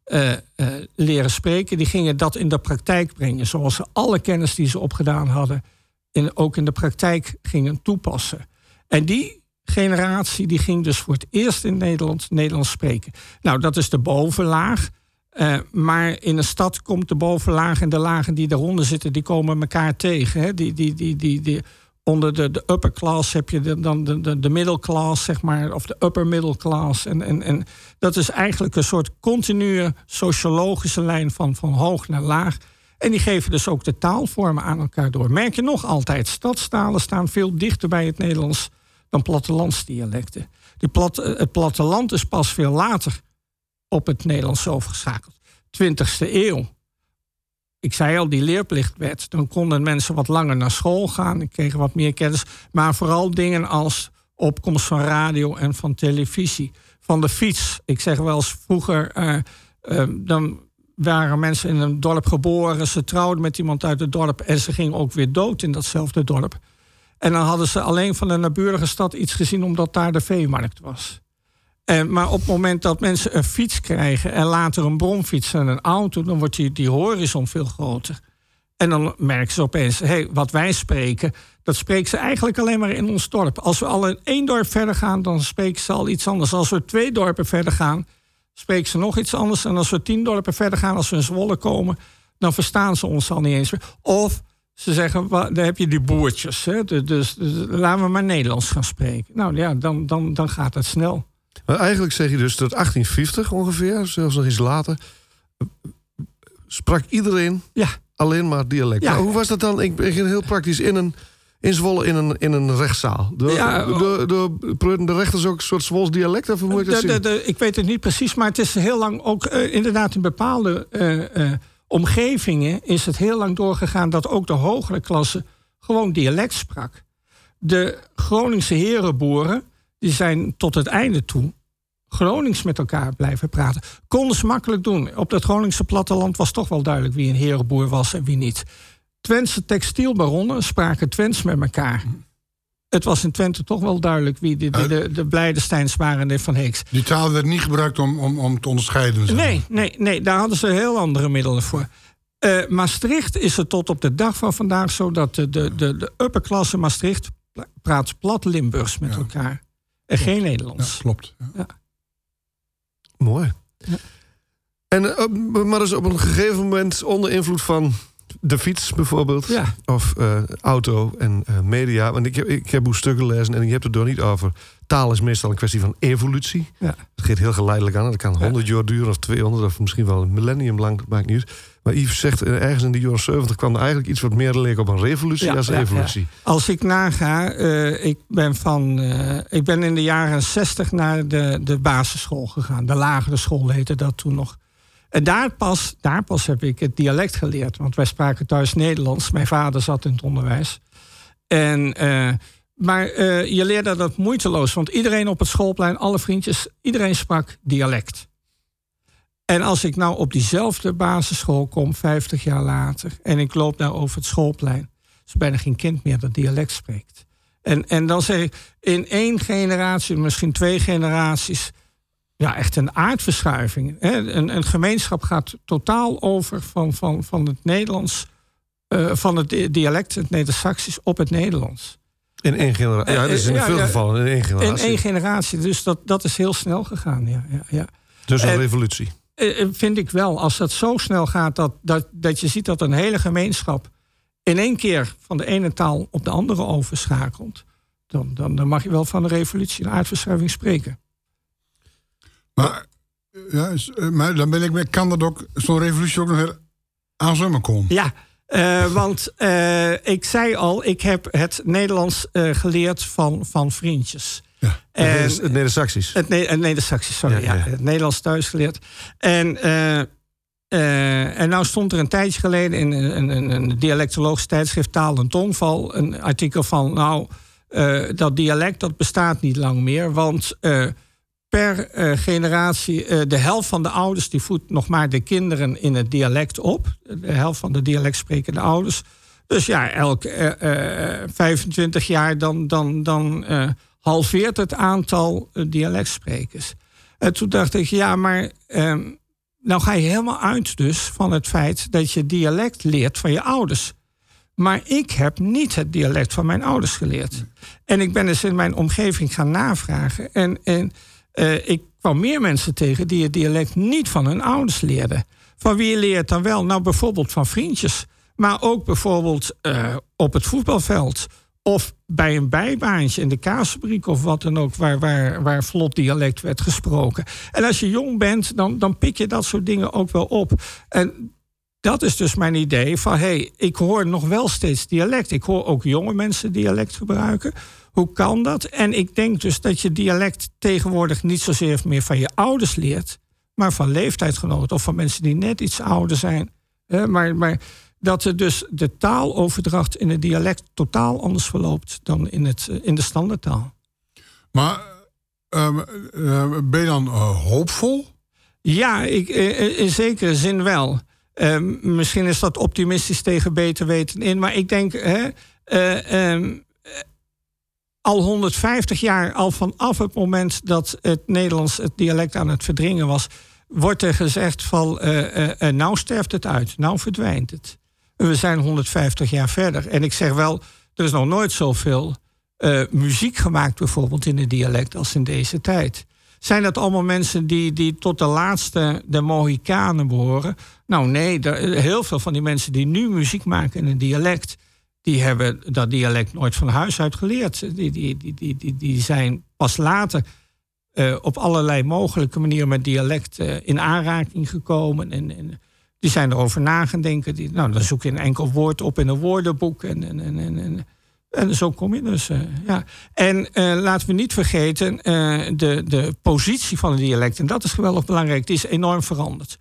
leren spreken, die gingen dat in de praktijk brengen. Zoals ze alle kennis die ze opgedaan hadden, ook in de praktijk gingen toepassen. En die generatie die ging dus voor het eerst in Nederlands spreken. Nou, dat is de bovenlaag. Maar in een stad komt de bovenlaag en de lagen die daaronder zitten, die komen elkaar tegen. Hè? Onder de upper class heb je dan de middle class, zeg maar, of de upper middle class. En dat is eigenlijk een soort continue sociologische lijn van hoog naar laag. En die geven dus ook de taalvormen aan elkaar door. Merk je nog altijd, stadstalen staan veel dichter bij het Nederlands dan plattelandsdialecten. Het platteland is pas veel later op het Nederlands overgeschakeld. 20e eeuw. Ik zei al, die leerplichtwet. Dan konden mensen wat langer naar school gaan. Ik kreeg wat meer kennis. Maar vooral dingen als opkomst van radio en van televisie. Van de fiets. Ik zeg wel eens vroeger, dan waren mensen in een dorp geboren. Ze trouwden met iemand uit het dorp. En ze gingen ook weer dood in datzelfde dorp. En dan hadden ze alleen van de naburige stad iets gezien, omdat daar de veemarkt was. Maar op het moment dat mensen een fiets krijgen en later een bromfiets en een auto, dan wordt die horizon veel groter. En dan merken ze opeens, wat wij spreken, dat spreken ze eigenlijk alleen maar in ons dorp. Als we al in 1 dorp verder gaan, dan spreken ze al iets anders. Als we 2 dorpen verder gaan, spreken ze nog iets anders. En als we 10 dorpen verder gaan, als we in Zwolle komen, dan verstaan ze ons al niet eens meer. Of ze zeggen, daar heb je die boertjes. Hè? Dus laten we maar Nederlands gaan spreken. Nou ja, dan gaat het snel. Maar eigenlijk zeg je dus dat 1850 ongeveer, zelfs nog iets later, sprak iedereen alleen maar dialect. Ja. Hoe was dat dan? Ik begin heel praktisch in Zwolle in een rechtszaal. De rechters ook een soort Zwols dialect? Of moet ik dat zien? Ik weet het niet precies, maar het is heel lang ook inderdaad in bepaalde omgevingen is het heel lang doorgegaan dat ook de hogere klasse gewoon dialect sprak. De Groningse herenboeren, die zijn tot het einde toe Gronings met elkaar blijven praten. Konden ze makkelijk doen. Op het Groningse platteland was toch wel duidelijk wie een herenboer was en wie niet. Twentse textielbaronnen spraken Twents met elkaar. Het was in Twente toch wel duidelijk wie de Blijdensteins waren en de Van Heeks. Die taal werd niet gebruikt om te onderscheiden. Nee, daar hadden ze heel andere middelen voor. Maastricht is het tot op de dag van vandaag zo dat de upperklasse Maastricht praat plat Limburgs met elkaar. En geen Nederlands. Ja, klopt. Ja. Mooi. Ja. En, maar dus op een gegeven moment onder invloed van de fiets bijvoorbeeld. Ja. Of auto en media. Want ik heb uw stukken gelezen en je hebt het er niet over. Taal is meestal een kwestie van evolutie. Ja. Het gaat heel geleidelijk aan. Dat kan 100 jaar duren of 200 of misschien wel een millennium lang. Dat maakt niet uit. Maar Yves zegt, ergens in de jaren 70 kwam er eigenlijk iets wat meer leek op een revolutie als evolutie. Ja. Als ik naga, ik ben in de jaren 60 naar de basisschool gegaan. De lagere school heette dat toen nog. En daar pas heb ik het dialect geleerd. Want wij spraken thuis Nederlands. Mijn vader zat in het onderwijs. Maar je leerde dat moeiteloos. Want iedereen op het schoolplein, alle vriendjes, iedereen sprak dialect. En als ik nou op diezelfde basisschool kom, 50 jaar later, en ik loop daar over het schoolplein, is bijna geen kind meer dat dialect spreekt. En dan zeg ik, in 1 generatie, misschien 2 generaties, echt een aardverschuiving. Hè? Een gemeenschap gaat totaal over van het Nederlands, van het dialect, het Neder-Saxisch, op het Nederlands. In 1 generatie. Ja, dat is in veel gevallen in 1 generatie. In 1 generatie, dus dat is heel snel gegaan. Ja. Dus een revolutie. Vind ik wel. Als dat zo snel gaat dat je ziet dat een hele gemeenschap in 1 keer van de ene taal op de andere overschakelt, dan mag je wel van een revolutie, een aardverschuiving spreken. Maar dan kan dat ook zo'n revolutie ook nog heel aanzommen komen. Ja, want ik zei al, ik heb het Nederlands geleerd van vriendjes. Ja, het Neder-Saxisch. Het Neder-Saxisch, sorry. Ja. Het Nederlands thuis geleerd. En nou stond er een tijdje geleden in een dialectologisch tijdschrift Taal en Tongval een artikel van, dat dialect dat bestaat niet lang meer, want per generatie, de helft van de ouders die voedt nog maar de kinderen in het dialect op. De helft van de dialect sprekende ouders. Dus elke 25 jaar dan halveert het aantal dialectsprekers. En toen dacht ik, maar nou ga je helemaal uit dus van het feit dat je dialect leert van je ouders. Maar ik heb niet het dialect van mijn ouders geleerd. En ik ben dus in mijn omgeving gaan navragen. En ik kwam meer mensen tegen die het dialect niet van hun ouders leerden. Van wie leer je het dan wel? Nou, bijvoorbeeld van vriendjes. Maar ook bijvoorbeeld op het voetbalveld. Of bij een bijbaantje in de kaasfabriek of wat dan ook, waar vlot dialect werd gesproken. En als je jong bent, dan pik je dat soort dingen ook wel op. En dat is dus mijn idee van, ik hoor nog wel steeds dialect. Ik hoor ook jonge mensen dialect gebruiken. Hoe kan dat? En ik denk dus dat je dialect tegenwoordig niet zozeer meer van je ouders leert, maar van leeftijdsgenoten of van mensen die net iets ouder zijn. Maar dat er dus de taaloverdracht in het dialect totaal anders verloopt dan in de standaardtaal. Maar ben je dan hoopvol? Ja, in zekere zin wel. Misschien is dat optimistisch tegen beter weten in. Maar ik denk, al 150 jaar, al vanaf het moment dat het Nederlands, het dialect aan het verdringen was, wordt er gezegd van, nou sterft het uit, nou verdwijnt het. We zijn 150 jaar verder. En ik zeg wel, er is nog nooit zoveel muziek gemaakt bijvoorbeeld in het dialect als in deze tijd. Zijn dat allemaal mensen die tot de laatste der Mohikanen behoren? Nou nee, heel veel van die mensen die nu muziek maken in een dialect, die hebben dat dialect nooit van huis uit geleerd. Die zijn pas later op allerlei mogelijke manieren met dialect in aanraking gekomen. En die zijn erover na gaan denken. Dan zoek je een enkel woord op in een woordenboek. En zo kom je dus. Ja. En laten we niet vergeten, de positie van het dialect, en dat is geweldig belangrijk, die is enorm veranderd.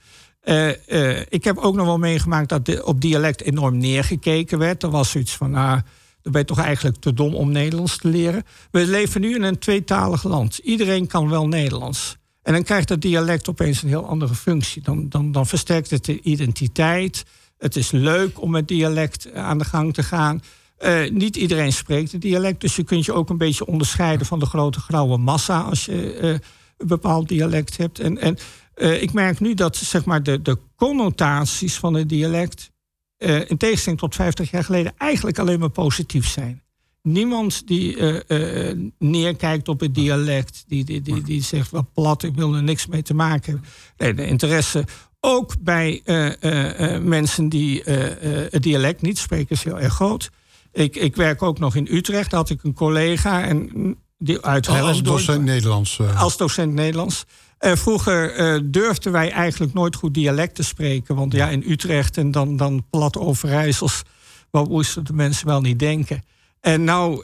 Ik heb ook nog wel meegemaakt dat op dialect enorm neergekeken werd. Er was zoiets van, dan ben je toch eigenlijk te dom om Nederlands te leren. We leven nu in een tweetalig land. Iedereen kan wel Nederlands. En dan krijgt dat dialect opeens een heel andere functie. Dan versterkt het de identiteit. Het is leuk om met dialect aan de gang te gaan. Niet iedereen spreekt het dialect, dus je kunt je ook een beetje onderscheiden van de grote grauwe massa als je een bepaald dialect hebt. En ik merk nu dat zeg maar de connotaties van het dialect in tegenstelling tot 50 jaar geleden eigenlijk alleen maar positief zijn. Niemand die neerkijkt op het dialect, die zegt wel plat, ik wil er niks mee te maken hebben. Nee, de interesse ook bij mensen die het dialect niet spreken is heel erg groot. Ik werk ook nog in Utrecht. Daar had ik een collega. En die uit als docent Nederlands. Als docent Nederlands. Vroeger durfden wij eigenlijk nooit goed dialect te spreken. Want ja, in Utrecht en dan plat Overijssels. Wat moesten de mensen wel niet denken. En nou,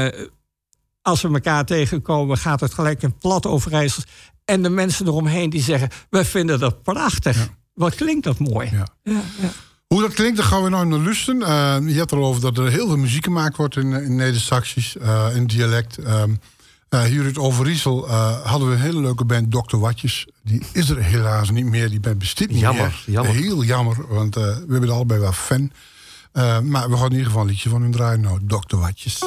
als we elkaar tegenkomen, gaat het gelijk in plat Overijssels. En de mensen eromheen die zeggen, wij vinden dat prachtig. Ja. Wat klinkt dat mooi. Ja. Ja. Hoe dat klinkt, daar gaan we nou naar luisteren. Je hebt erover dat er heel veel muziek gemaakt wordt in Neder-Saxisch, in dialect. Hier uit Overijssel hadden we een hele leuke band, Dr. Watjes. Die is er helaas niet meer, die band bestaat niet meer. Jammer. Heel jammer, want we hebben er allebei wel fan. Maar we gaan in ieder geval een liedje van hun draaien. Nou, Dr. Watjes.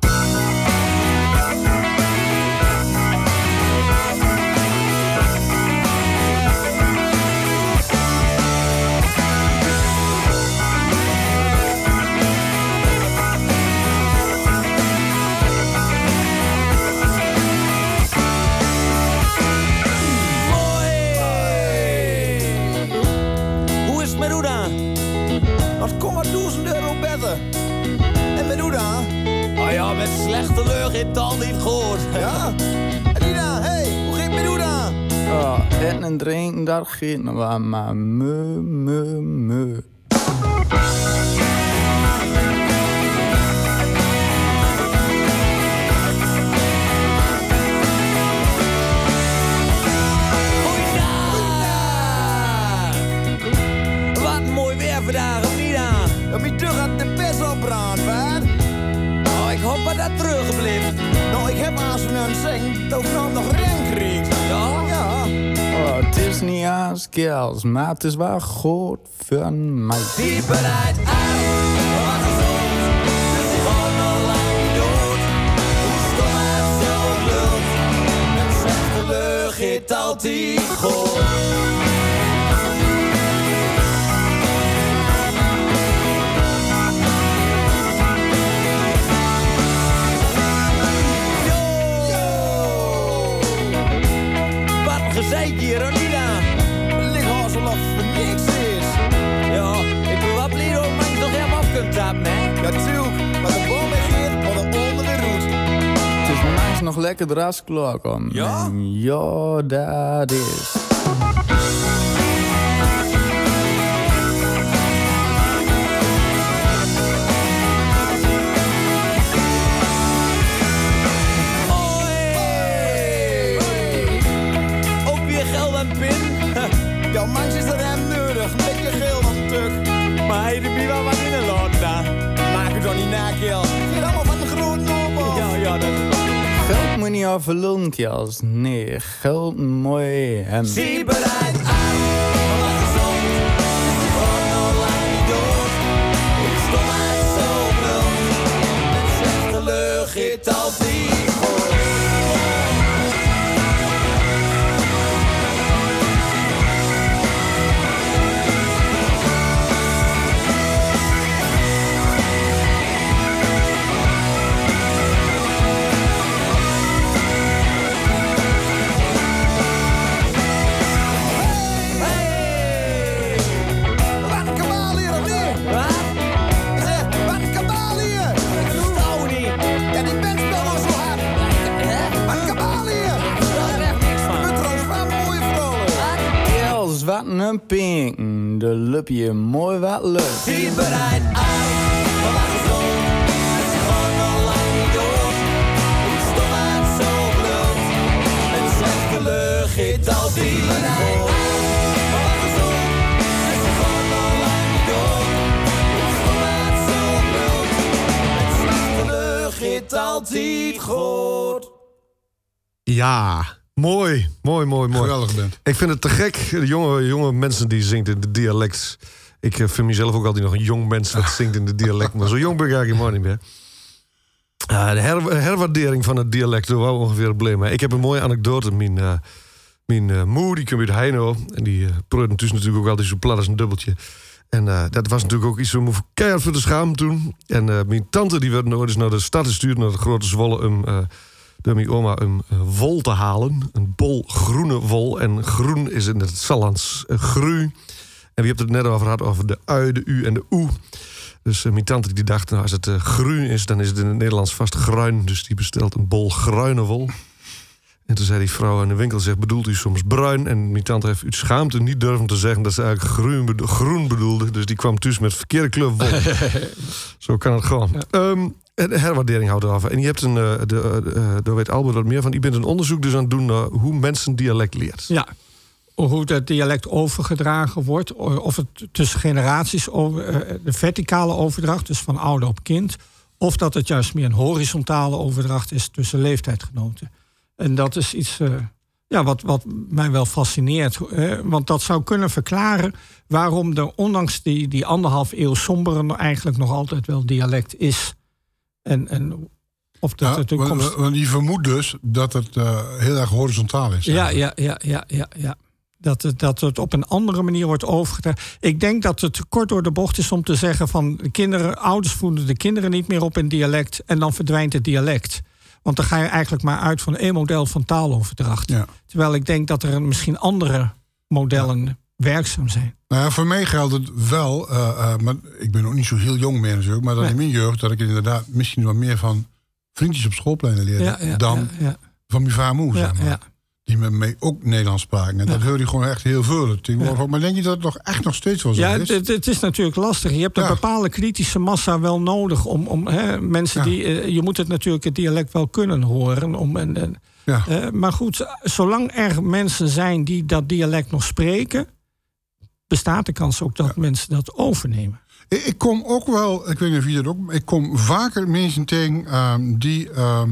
Met slechte lucht heeft het al niet gehoord. Ja? En Nina, hey, hoe gaat het met u dan? Ja, eten en drinken, dat gaat nog wel, maar me. Wat een mooi weer vandaag, of Nina? Dat je terug aan de pers opbrand, man. Ik hoop dat dat teruggebleven. Nou, ik heb aan zo'n zing dat ik nou nog ren kreeg. Ja? Ja. Oh, het is niet als gels, maar het is wel goed voor mij. Die bereid aan, wat gezond. Dus die gaat nog lang niet dood. Hoe stom en zo lult. Met slechte lucht gaat altijd goed. Gezeik hier, Nina. Ligt alsof er niks is. Ja, ik ben wel blij dat ik nog helemaal af kunt tappen, hè? Ja, tuurlijk. Maar de bom ligt hier onder de roet. Het is mangs nog lekker de rasklok om. Ja? Ja, dat is. Jouw mangs is er hem nodig, een beetje geel dan tuk. Maar hij de bier wat in de lot daar. Maak het toch niet na, kill. Geet allemaal van de grote op. Ja, dat is geld moet niet over lontjes. Nee, geld mooi hem. Zie bereid aan, wat gezond. Ik word nog lang niet dood. Ik stom uit zo blond. Met slechte lucht, het altijd. wat een pinken, de lup je mooi wat lucht. Die bereid aan, we waren gezond, het is gewoon nog lang niet door. Hoe stom het zo bloed, met slechte lucht gaat altijd voor. We waren gezond, het is gewoon nog lang niet door. Hoe stom het zo bloed, met slechte lucht gaat altijd goed. Ja, mooi. Geweldig bent. Ik vind het te gek, de jonge mensen die zingt in de dialect. Ik vind mezelf ook altijd nog een jong mens dat zingt in de dialect. Maar zo jong ben ik eigenlijk helemaal niet meer. De herwaardering van het dialect, daar wou ongeveer een probleem mee. Ik heb een mooie anekdote. Mijn moeder, die komt uit Heino. En die probeerde dus natuurlijk ook altijd zo plat als een dubbeltje. En dat was natuurlijk ook iets om keihard voor te schamen toen. En mijn tante die werd nooit eens naar de stad gestuurd, naar de grote Zwolle, om door mijn oma een wol te halen. Een bol groene wol. En groen is in het Sallands gru. En wie hebt het net over gehad, over de ui, de u en de oe. Dus mijn tante die dacht, nou, als het groen is, dan is het in het Nederlands vast gruin. Dus die bestelt een bol gruine wol. En toen zei die vrouw in de winkel, zegt, bedoelt u soms bruin? En mijn tante heeft uit schaamte niet durven te zeggen dat ze eigenlijk groen bedoelde. Dus die kwam tussen met verkeerde kleur wol. Zo kan het gewoon. Ja. De herwaardering houdt eraf. En je hebt daar weet Albert wat meer van. Je bent een onderzoek dus aan het doen naar hoe mensen dialect leert. Ja, hoe dat dialect overgedragen wordt. Of het tussen generaties, de verticale overdracht, dus van ouder op kind. Of dat het juist meer een horizontale overdracht is tussen leeftijdgenoten. En dat is iets wat mij wel fascineert. Want dat zou kunnen verklaren waarom er ondanks die 1,5 eeuw sombere eigenlijk nog altijd wel dialect is. En of dat de toekomst... Want je vermoedt dus dat het heel erg horizontaal is. Ja. Dat het op een andere manier wordt overgedragen. Ik denk dat het kort door de bocht is om te zeggen van ouders voeden de kinderen niet meer op in dialect en dan verdwijnt het dialect. Want dan ga je eigenlijk maar uit van één model van taaloverdracht. Ja. Terwijl ik denk dat er misschien andere modellen werkzaam zijn. Nou ja, voor mij geldt het wel, maar ik ben ook niet zo heel jong meer natuurlijk, maar dat in mijn jeugd dat ik inderdaad misschien wat meer van vriendjes op schoolpleinen leerde dan van mijn vader moe, zeg maar. Ja. Die met mij ook Nederlands spraken. En dat hoor je gewoon echt heel veel. Ja. Maar denk je dat het toch echt nog steeds wel zo is? Ja, het is natuurlijk lastig. Je hebt een bepaalde kritische massa wel nodig om mensen die... je moet het natuurlijk het dialect wel kunnen horen. Maar goed, zolang er mensen zijn die dat dialect nog spreken, bestaat de kans ook dat mensen dat overnemen. Ik kom ook wel, ik weet niet of je dat ook... Ik kom vaker mensen tegen die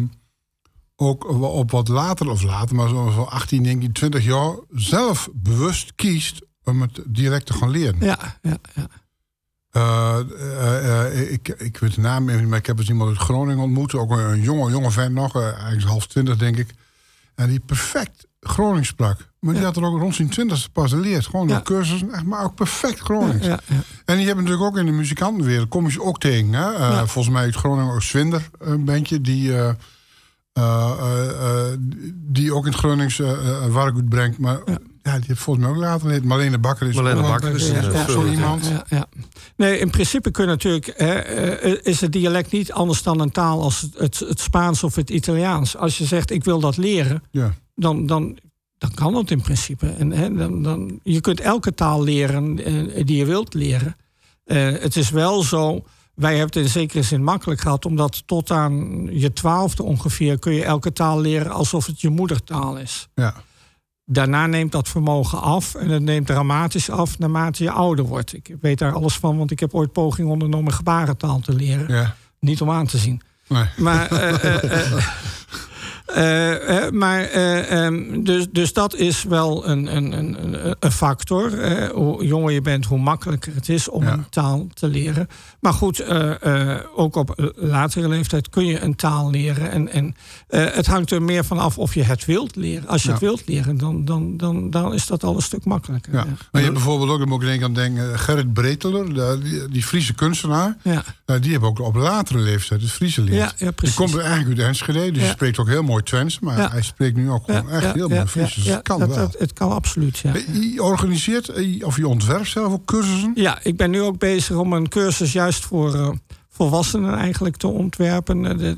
ook op wat later, maar zo 18, denk ik, 20 jaar zelf bewust kiest om het dialect te gaan leren. Ja. Ik weet de naam even niet, maar ik heb eens iemand uit Groningen ontmoet. Ook een jonge vent nog, eigenlijk half 20, denk ik. En die perfect Gronings sprak. Maar die had er ook rond zijn 20ste pas geleerd. Gewoon door cursussen, maar ook perfect Gronings. Ja. En die hebben natuurlijk ook in de muzikantenwereld, kom je ze ook tegen. Hè? Volgens mij uit Groningen ook Zwinder, een bandje, die ook in het Gronings werk uitbrengt. Maar die heeft volgens mij ook later geleerd. Marlene Bakker is zo iemand. Ja. Nee, in principe kun je natuurlijk... is het dialect niet anders dan een taal als het Spaans of het Italiaans. Als je zegt, ik wil dat leren, dan kan dat in principe. En je kunt elke taal leren die je wilt leren. Het is wel zo... Wij hebben het in zekere zin makkelijk gehad, omdat tot aan je 12e ongeveer kun je elke taal leren alsof het je moedertaal is. Ja. Daarna neemt dat vermogen af en het neemt dramatisch af naarmate je ouder wordt. Ik weet daar alles van, want ik heb ooit pogingen ondernomen gebarentaal te leren. Ja. Niet om aan te zien. Nee. Dus dat is wel een factor. Hoe jonger je bent, hoe makkelijker het is om een taal te leren. Maar goed, ook op latere leeftijd kun je een taal leren. En het hangt er meer van af of je het wilt leren. Als je het wilt leren, dan is dat al een stuk makkelijker. Ja. Maar je hebt bijvoorbeeld ook, daar moet ik aan denken, Gerrit Breteler, die Friese kunstenaar. Ja. Die hebben ook op latere leeftijd het Friese geleerd. Ja, precies. Die komt eigenlijk uit Enschede, dus je spreekt ook heel mooi Twents. Maar hij spreekt nu ook gewoon echt heel mooi Fries. Dus het kan wel. Het kan absoluut, Je organiseert of je ontwerpt zelf ook cursussen? Ja, ik ben nu ook bezig om een cursus juist voor volwassenen eigenlijk te ontwerpen.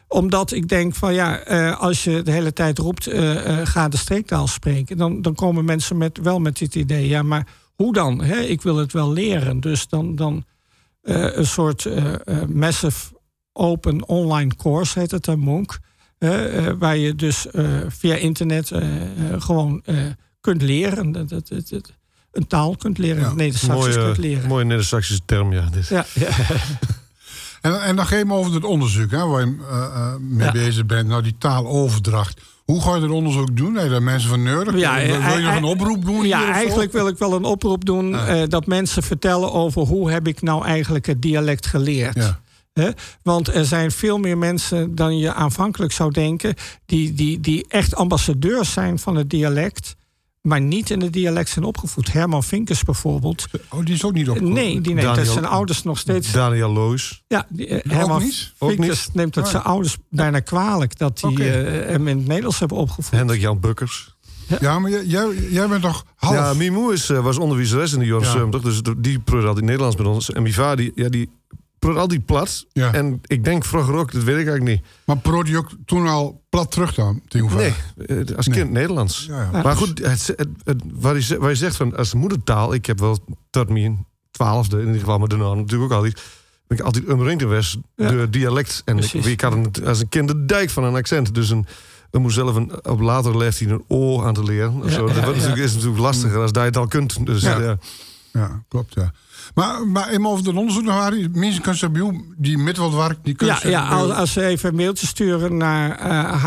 Omdat ik denk van als je de hele tijd roept, ga de streektaal spreken, dan komen mensen wel met dit idee. Ja, maar hoe dan? Hè? Ik wil het wel leren. Dus dan een soort massive open online course heet het dan, MOOC. Waar je dus via internet gewoon kunt leren. Een taal kunt leren, Neder-Saxisch kunt leren. Mooie Neder-Saxische term, ja. Ja. En dan geef me over het onderzoek, hè, waar je mee bezig bent. Nou, die taaloverdracht. Hoe ga je dat onderzoek doen? Heb je daar mensen van nodig? Wil je nog een oproep doen? Ja, eigenlijk wil ik wel een oproep doen. Dat mensen vertellen over hoe heb ik nou eigenlijk het dialect geleerd. Ja. Want er zijn veel meer mensen dan je aanvankelijk zou denken, die echt ambassadeurs zijn van het dialect, maar niet in het dialect zijn opgevoed. Herman Vinkers bijvoorbeeld. Oh, die is ook niet opgevoed? Nee, dat zijn ouders nog steeds. Daniel Loos. Ja, Herman Vinkers neemt het zijn ouders bijna kwalijk dat die hem in het Nederlands hebben opgevoed. Hendrik Jan Bukkers. Ja, maar jij bent toch half... Ja, mijn moeder was onderwijzeres in de jaren 70, dus die probeerde al die Nederlands met ons. En mijn vader, die probeerde al die plat. Ja. En ik denk vroeger ook, dat weet ik eigenlijk niet. Maar probeerde je ook toen al plat terug dan? Nee, als kind Nederlands. Ja. Maar goed, waar je zegt van als moedertaal, ik heb wel tot mijn 12e, in ieder geval, maar daarna natuurlijk ook altijd, ben ik altijd omringd geweest door dialect. En ik had als een kind de dijk van een accent. Dus dan moet zelf op later leeftijd een O aan te leren. Dat is natuurlijk lastiger als dat je het al kunt. Dus, ja, klopt, ja. Maar eenmaal over het onderzoek naar Harry, mensen kunnen die met wat werk, die kunnen als ze even een mailtje sturen naar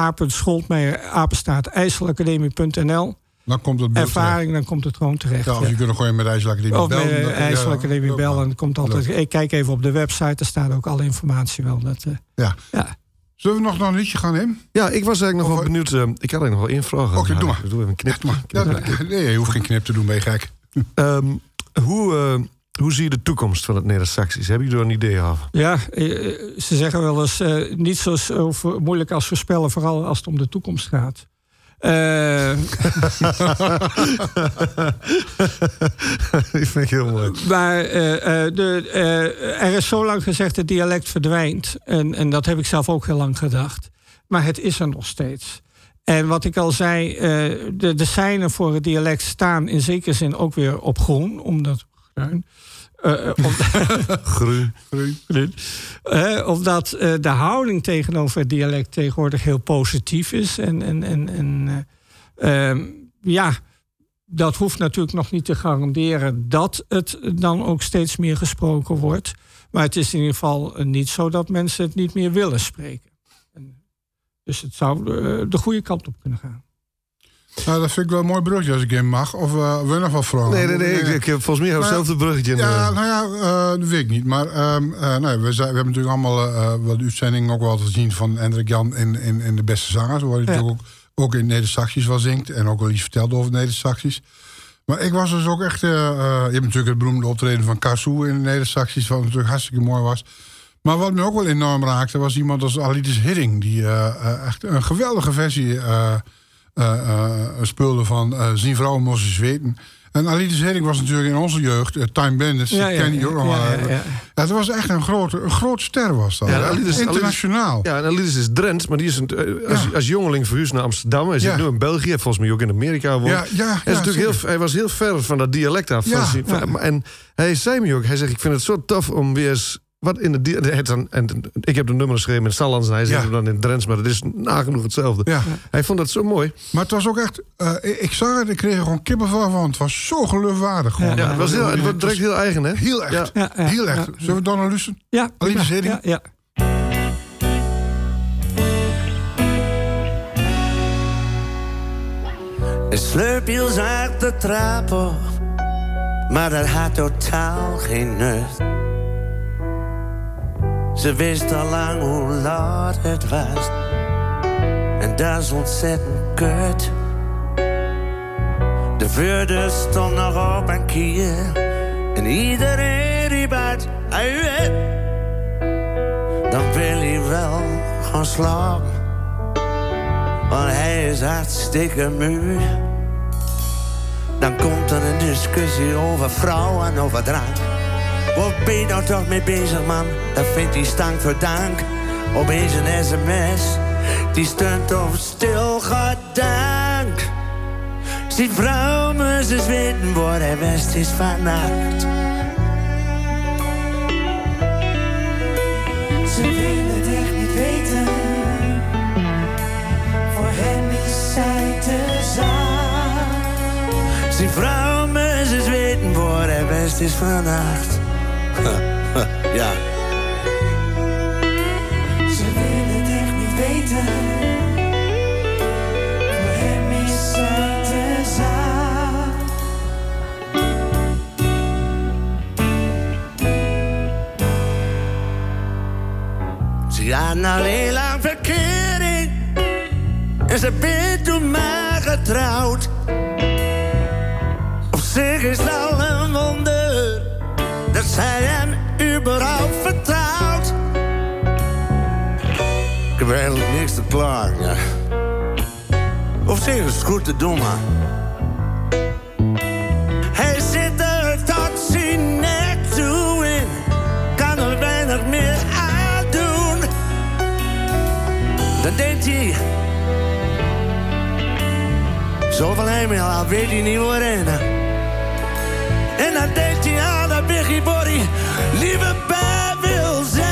h.scholtmeijer@ijsselacademie.nl. Dan komt het ervaring, dan komt het gewoon terecht. Ja, of je kunt er gewoon met de IJsselacademie bellen. Of met de IJsselacademie bellen. En komt altijd. Ik kijk even op de website, daar staat ook alle informatie wel. Ja. Zullen we nog naar een liedje gaan, Hem? Ja, ik was eigenlijk nog wel benieuwd. Ik had eigenlijk nog wel één vraag. Oké, doe maar. Doe even een knip. Nee, je hoeft geen knip te doen, ben je gek. Hoe zie je de toekomst van het Neder-Saxisch? Heb je er een idee over? Ja, ze zeggen wel eens niet zo moeilijk als voorspellen, vooral als het om de toekomst gaat. Die vind ik heel mooi. Maar er is zo lang gezegd het dialect verdwijnt. En dat heb ik zelf ook heel lang gedacht. Maar het is er nog steeds. En wat ik al zei, de seinen voor het dialect staan in zekere zin ook weer op groen. Omdat omdat de houding tegenover het dialect tegenwoordig heel positief is. Dat hoeft natuurlijk nog niet te garanderen dat het dan ook steeds meer gesproken wordt. Maar het is in ieder geval niet zo dat mensen het niet meer willen spreken. Dus het zou de goede kant op kunnen gaan. Nou, dat vind ik wel een mooi bruggetje als ik hem mag. Of wil je nog wel vragen? Nee. Ik heb volgens mij hetzelfde bruggetje. Dat weet ik niet. Maar we hebben natuurlijk allemaal wat uitzendingen ook wel gezien van Hendrik Jan in de beste zangers. Waar hij natuurlijk ook in Neder-Saxisch wel zingt. En ook wel iets vertelde over Neder-Saxisch. Maar ik was dus ook echt... je hebt natuurlijk het beroemde optreden van Kassou in Neder-Saxisch. Wat natuurlijk hartstikke mooi was. Maar wat me ook wel enorm raakte was iemand als Alides Hidding. Die echt een geweldige versie... speelde van Zien vrouwen moesten zweten. En Alides Hidding was natuurlijk in onze jeugd Time Bandits, ken je ook nog wel. Het was echt een grote ster was dat. Ja, internationaal. En Alides is Drents, maar die is als jongeling verhuisd naar Amsterdam. Hij zit nu in België, heeft volgens mij ook in Amerika gewoond. Hij was heel ver van dat dialect af. En hij zei me ook, hij zegt, ik vind het zo tof om weer eens... Wat in ik heb de nummer geschreven in Sallands en hij zegt dan in Drents, maar het is nagenoeg hetzelfde. Ja. Hij vond dat zo mooi. Maar het was ook echt, ik zag het, ik kreeg er gewoon kippenvel van. Het was zo geloofwaardig. Gewoon. Het was direct heel eigen, hè? Heel echt. Heel echt. Zullen we dan naar luisteren? Ja. Alides Hidding? Ja. Ik sleep heel zacht de trap op, maar dat had totaal geen nut. Ze wist al lang hoe laat het was. En dat is ontzettend kut. De vuurder stond nog op een kier. En iedereen riep uit, dan wil hij wel gaan slapen. Want hij is hartstikke moe. Dan komt er een discussie over vrouwen en over drank. Wat ben je nou toch mee bezig, man? Dat vindt hij stank voor dank. Opeens een sms, die stond op stilgedankt. Die vrouw moest eens weten waar hij best is vannacht. Ze willen het echt niet weten. Voor hem is zij te zacht. Die vrouw moest eens weten waar hij best is vannacht. Ja. Ze willen het echt niet weten. Voor hem is zij te zacht. Ze hadden al heel lang verkering. En ze bent toen maar getrouwd. Op zich is het al een wonder dat zij hem überhaupt vertrouwt. Ik heb eigenlijk niks te klagen, ja. Of zich is het goed te doen, man. Hij zit er tot zijn nek toe in. Kan er weinig meer aan doen. Dan denkt hij... Zoveel hemel, al weet hij niet waarin. En dan denkt hij aan dat Biggie Body liever bij wil zijn.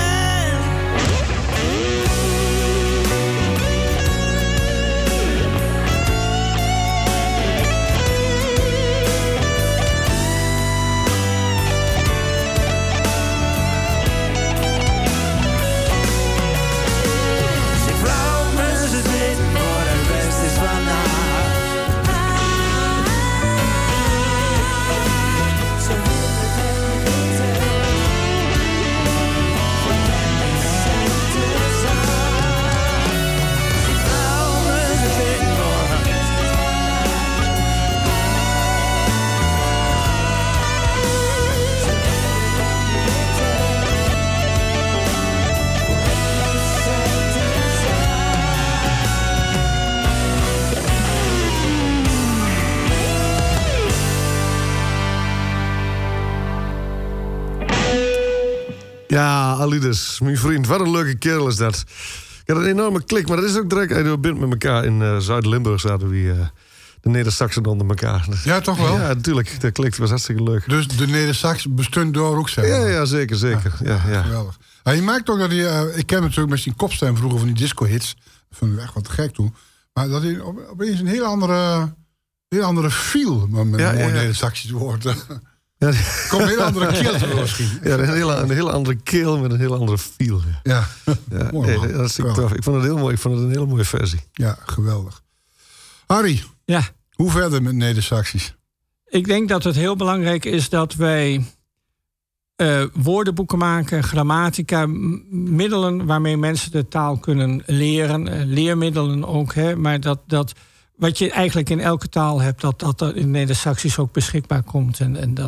Ja, Alides, mijn vriend. Wat een leuke kerel is dat. Ik had een enorme klik, maar dat is ook direct uit de bind met elkaar. In Zuid-Limburg zaten we de Neder-Saxen onder elkaar. Ja, toch wel? Ja, natuurlijk. Dat klikt, was hartstikke leuk. Dus de Neder-Sax bestond door ook, zeg maar. Ja, zeker. Ja. Geweldig. Ja, je maakt ook dat hij... ik ken natuurlijk met zijn kopstem vroeger van die disco-hits. Dat vond ik echt wat gek toen. Maar dat hij opeens een heel andere feel met een mooi Neder-Saxisch woord. Ja, komt een hele andere keel te misschien. Ja, een hele andere keel met een hele andere feel. Ja, mooi man. Dat is tof. Ik vond het heel mooi. Ik vond het een hele mooie versie. Ja, geweldig. Harry, ja. Hoe verder met Neder-Saxisch? Ik denk dat het heel belangrijk is dat wij woordenboeken maken, grammatica, middelen waarmee mensen de taal kunnen leren. Leermiddelen ook, hè, maar dat wat je eigenlijk in elke taal hebt, dat in Neder-Saxisch ook beschikbaar komt.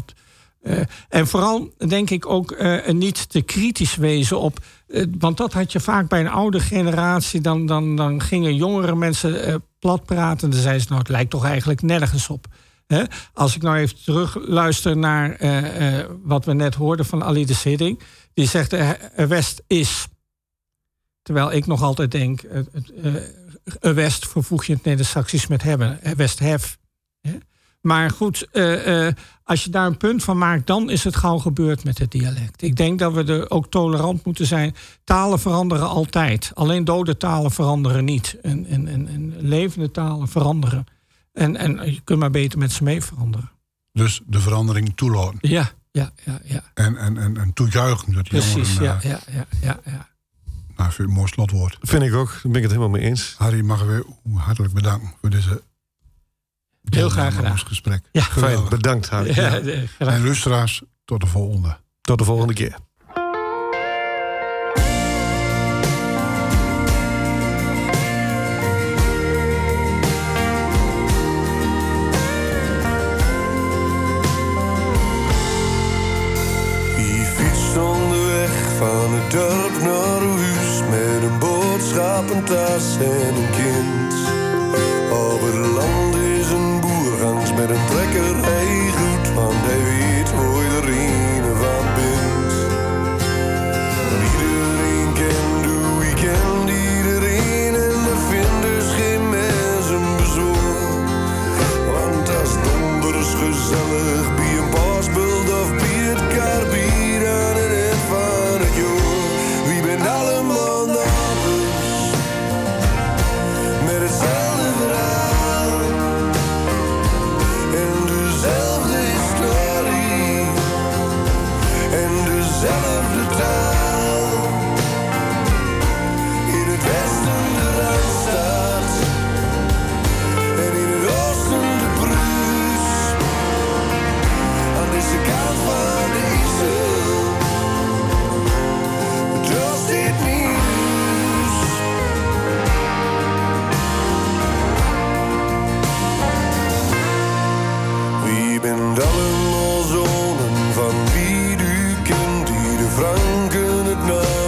En vooral denk ik ook niet te kritisch wezen op. Want dat had je vaak bij een oude generatie. Dan gingen jongere mensen plat praten. Dan zeiden ze, nou, het lijkt toch eigenlijk nergens op. Hè? Als ik nou even terug luister naar wat we net hoorden van Alides Hiddink. Die zegt, West is. Terwijl ik nog altijd denk, West vervoeg je het Neder-Saxisch met hebben. West have. Maar goed, als je daar een punt van maakt, dan is het gauw gebeurd met het dialect. Ik denk dat we er ook tolerant moeten zijn. Talen veranderen altijd. Alleen dode talen veranderen niet. En levende talen veranderen. En je kunt maar beter met ze mee veranderen. Dus de verandering toelaten. Ja. En toejuichen. Dat precies, jongeren, ja. Nou, vind ik een mooi slotwoord. Vind ik ook. Daar ben ik het helemaal mee eens. Harry, mag ik weer hartelijk bedanken voor deze heel graag gedaan gesprek. Ja, fijn. Bedankt, Harry. Ja. En luisteraars, tot de volgende. Tot de volgende keer. Van het dorp naar huis met een boodschappentas en een kind. Op het land is een boer gangs met een trekker, hij goed, want hij weet waar je er een van bent. Iedereen kent hoe ik kent allemaal zonen van wie u kent, die de Franken het naam.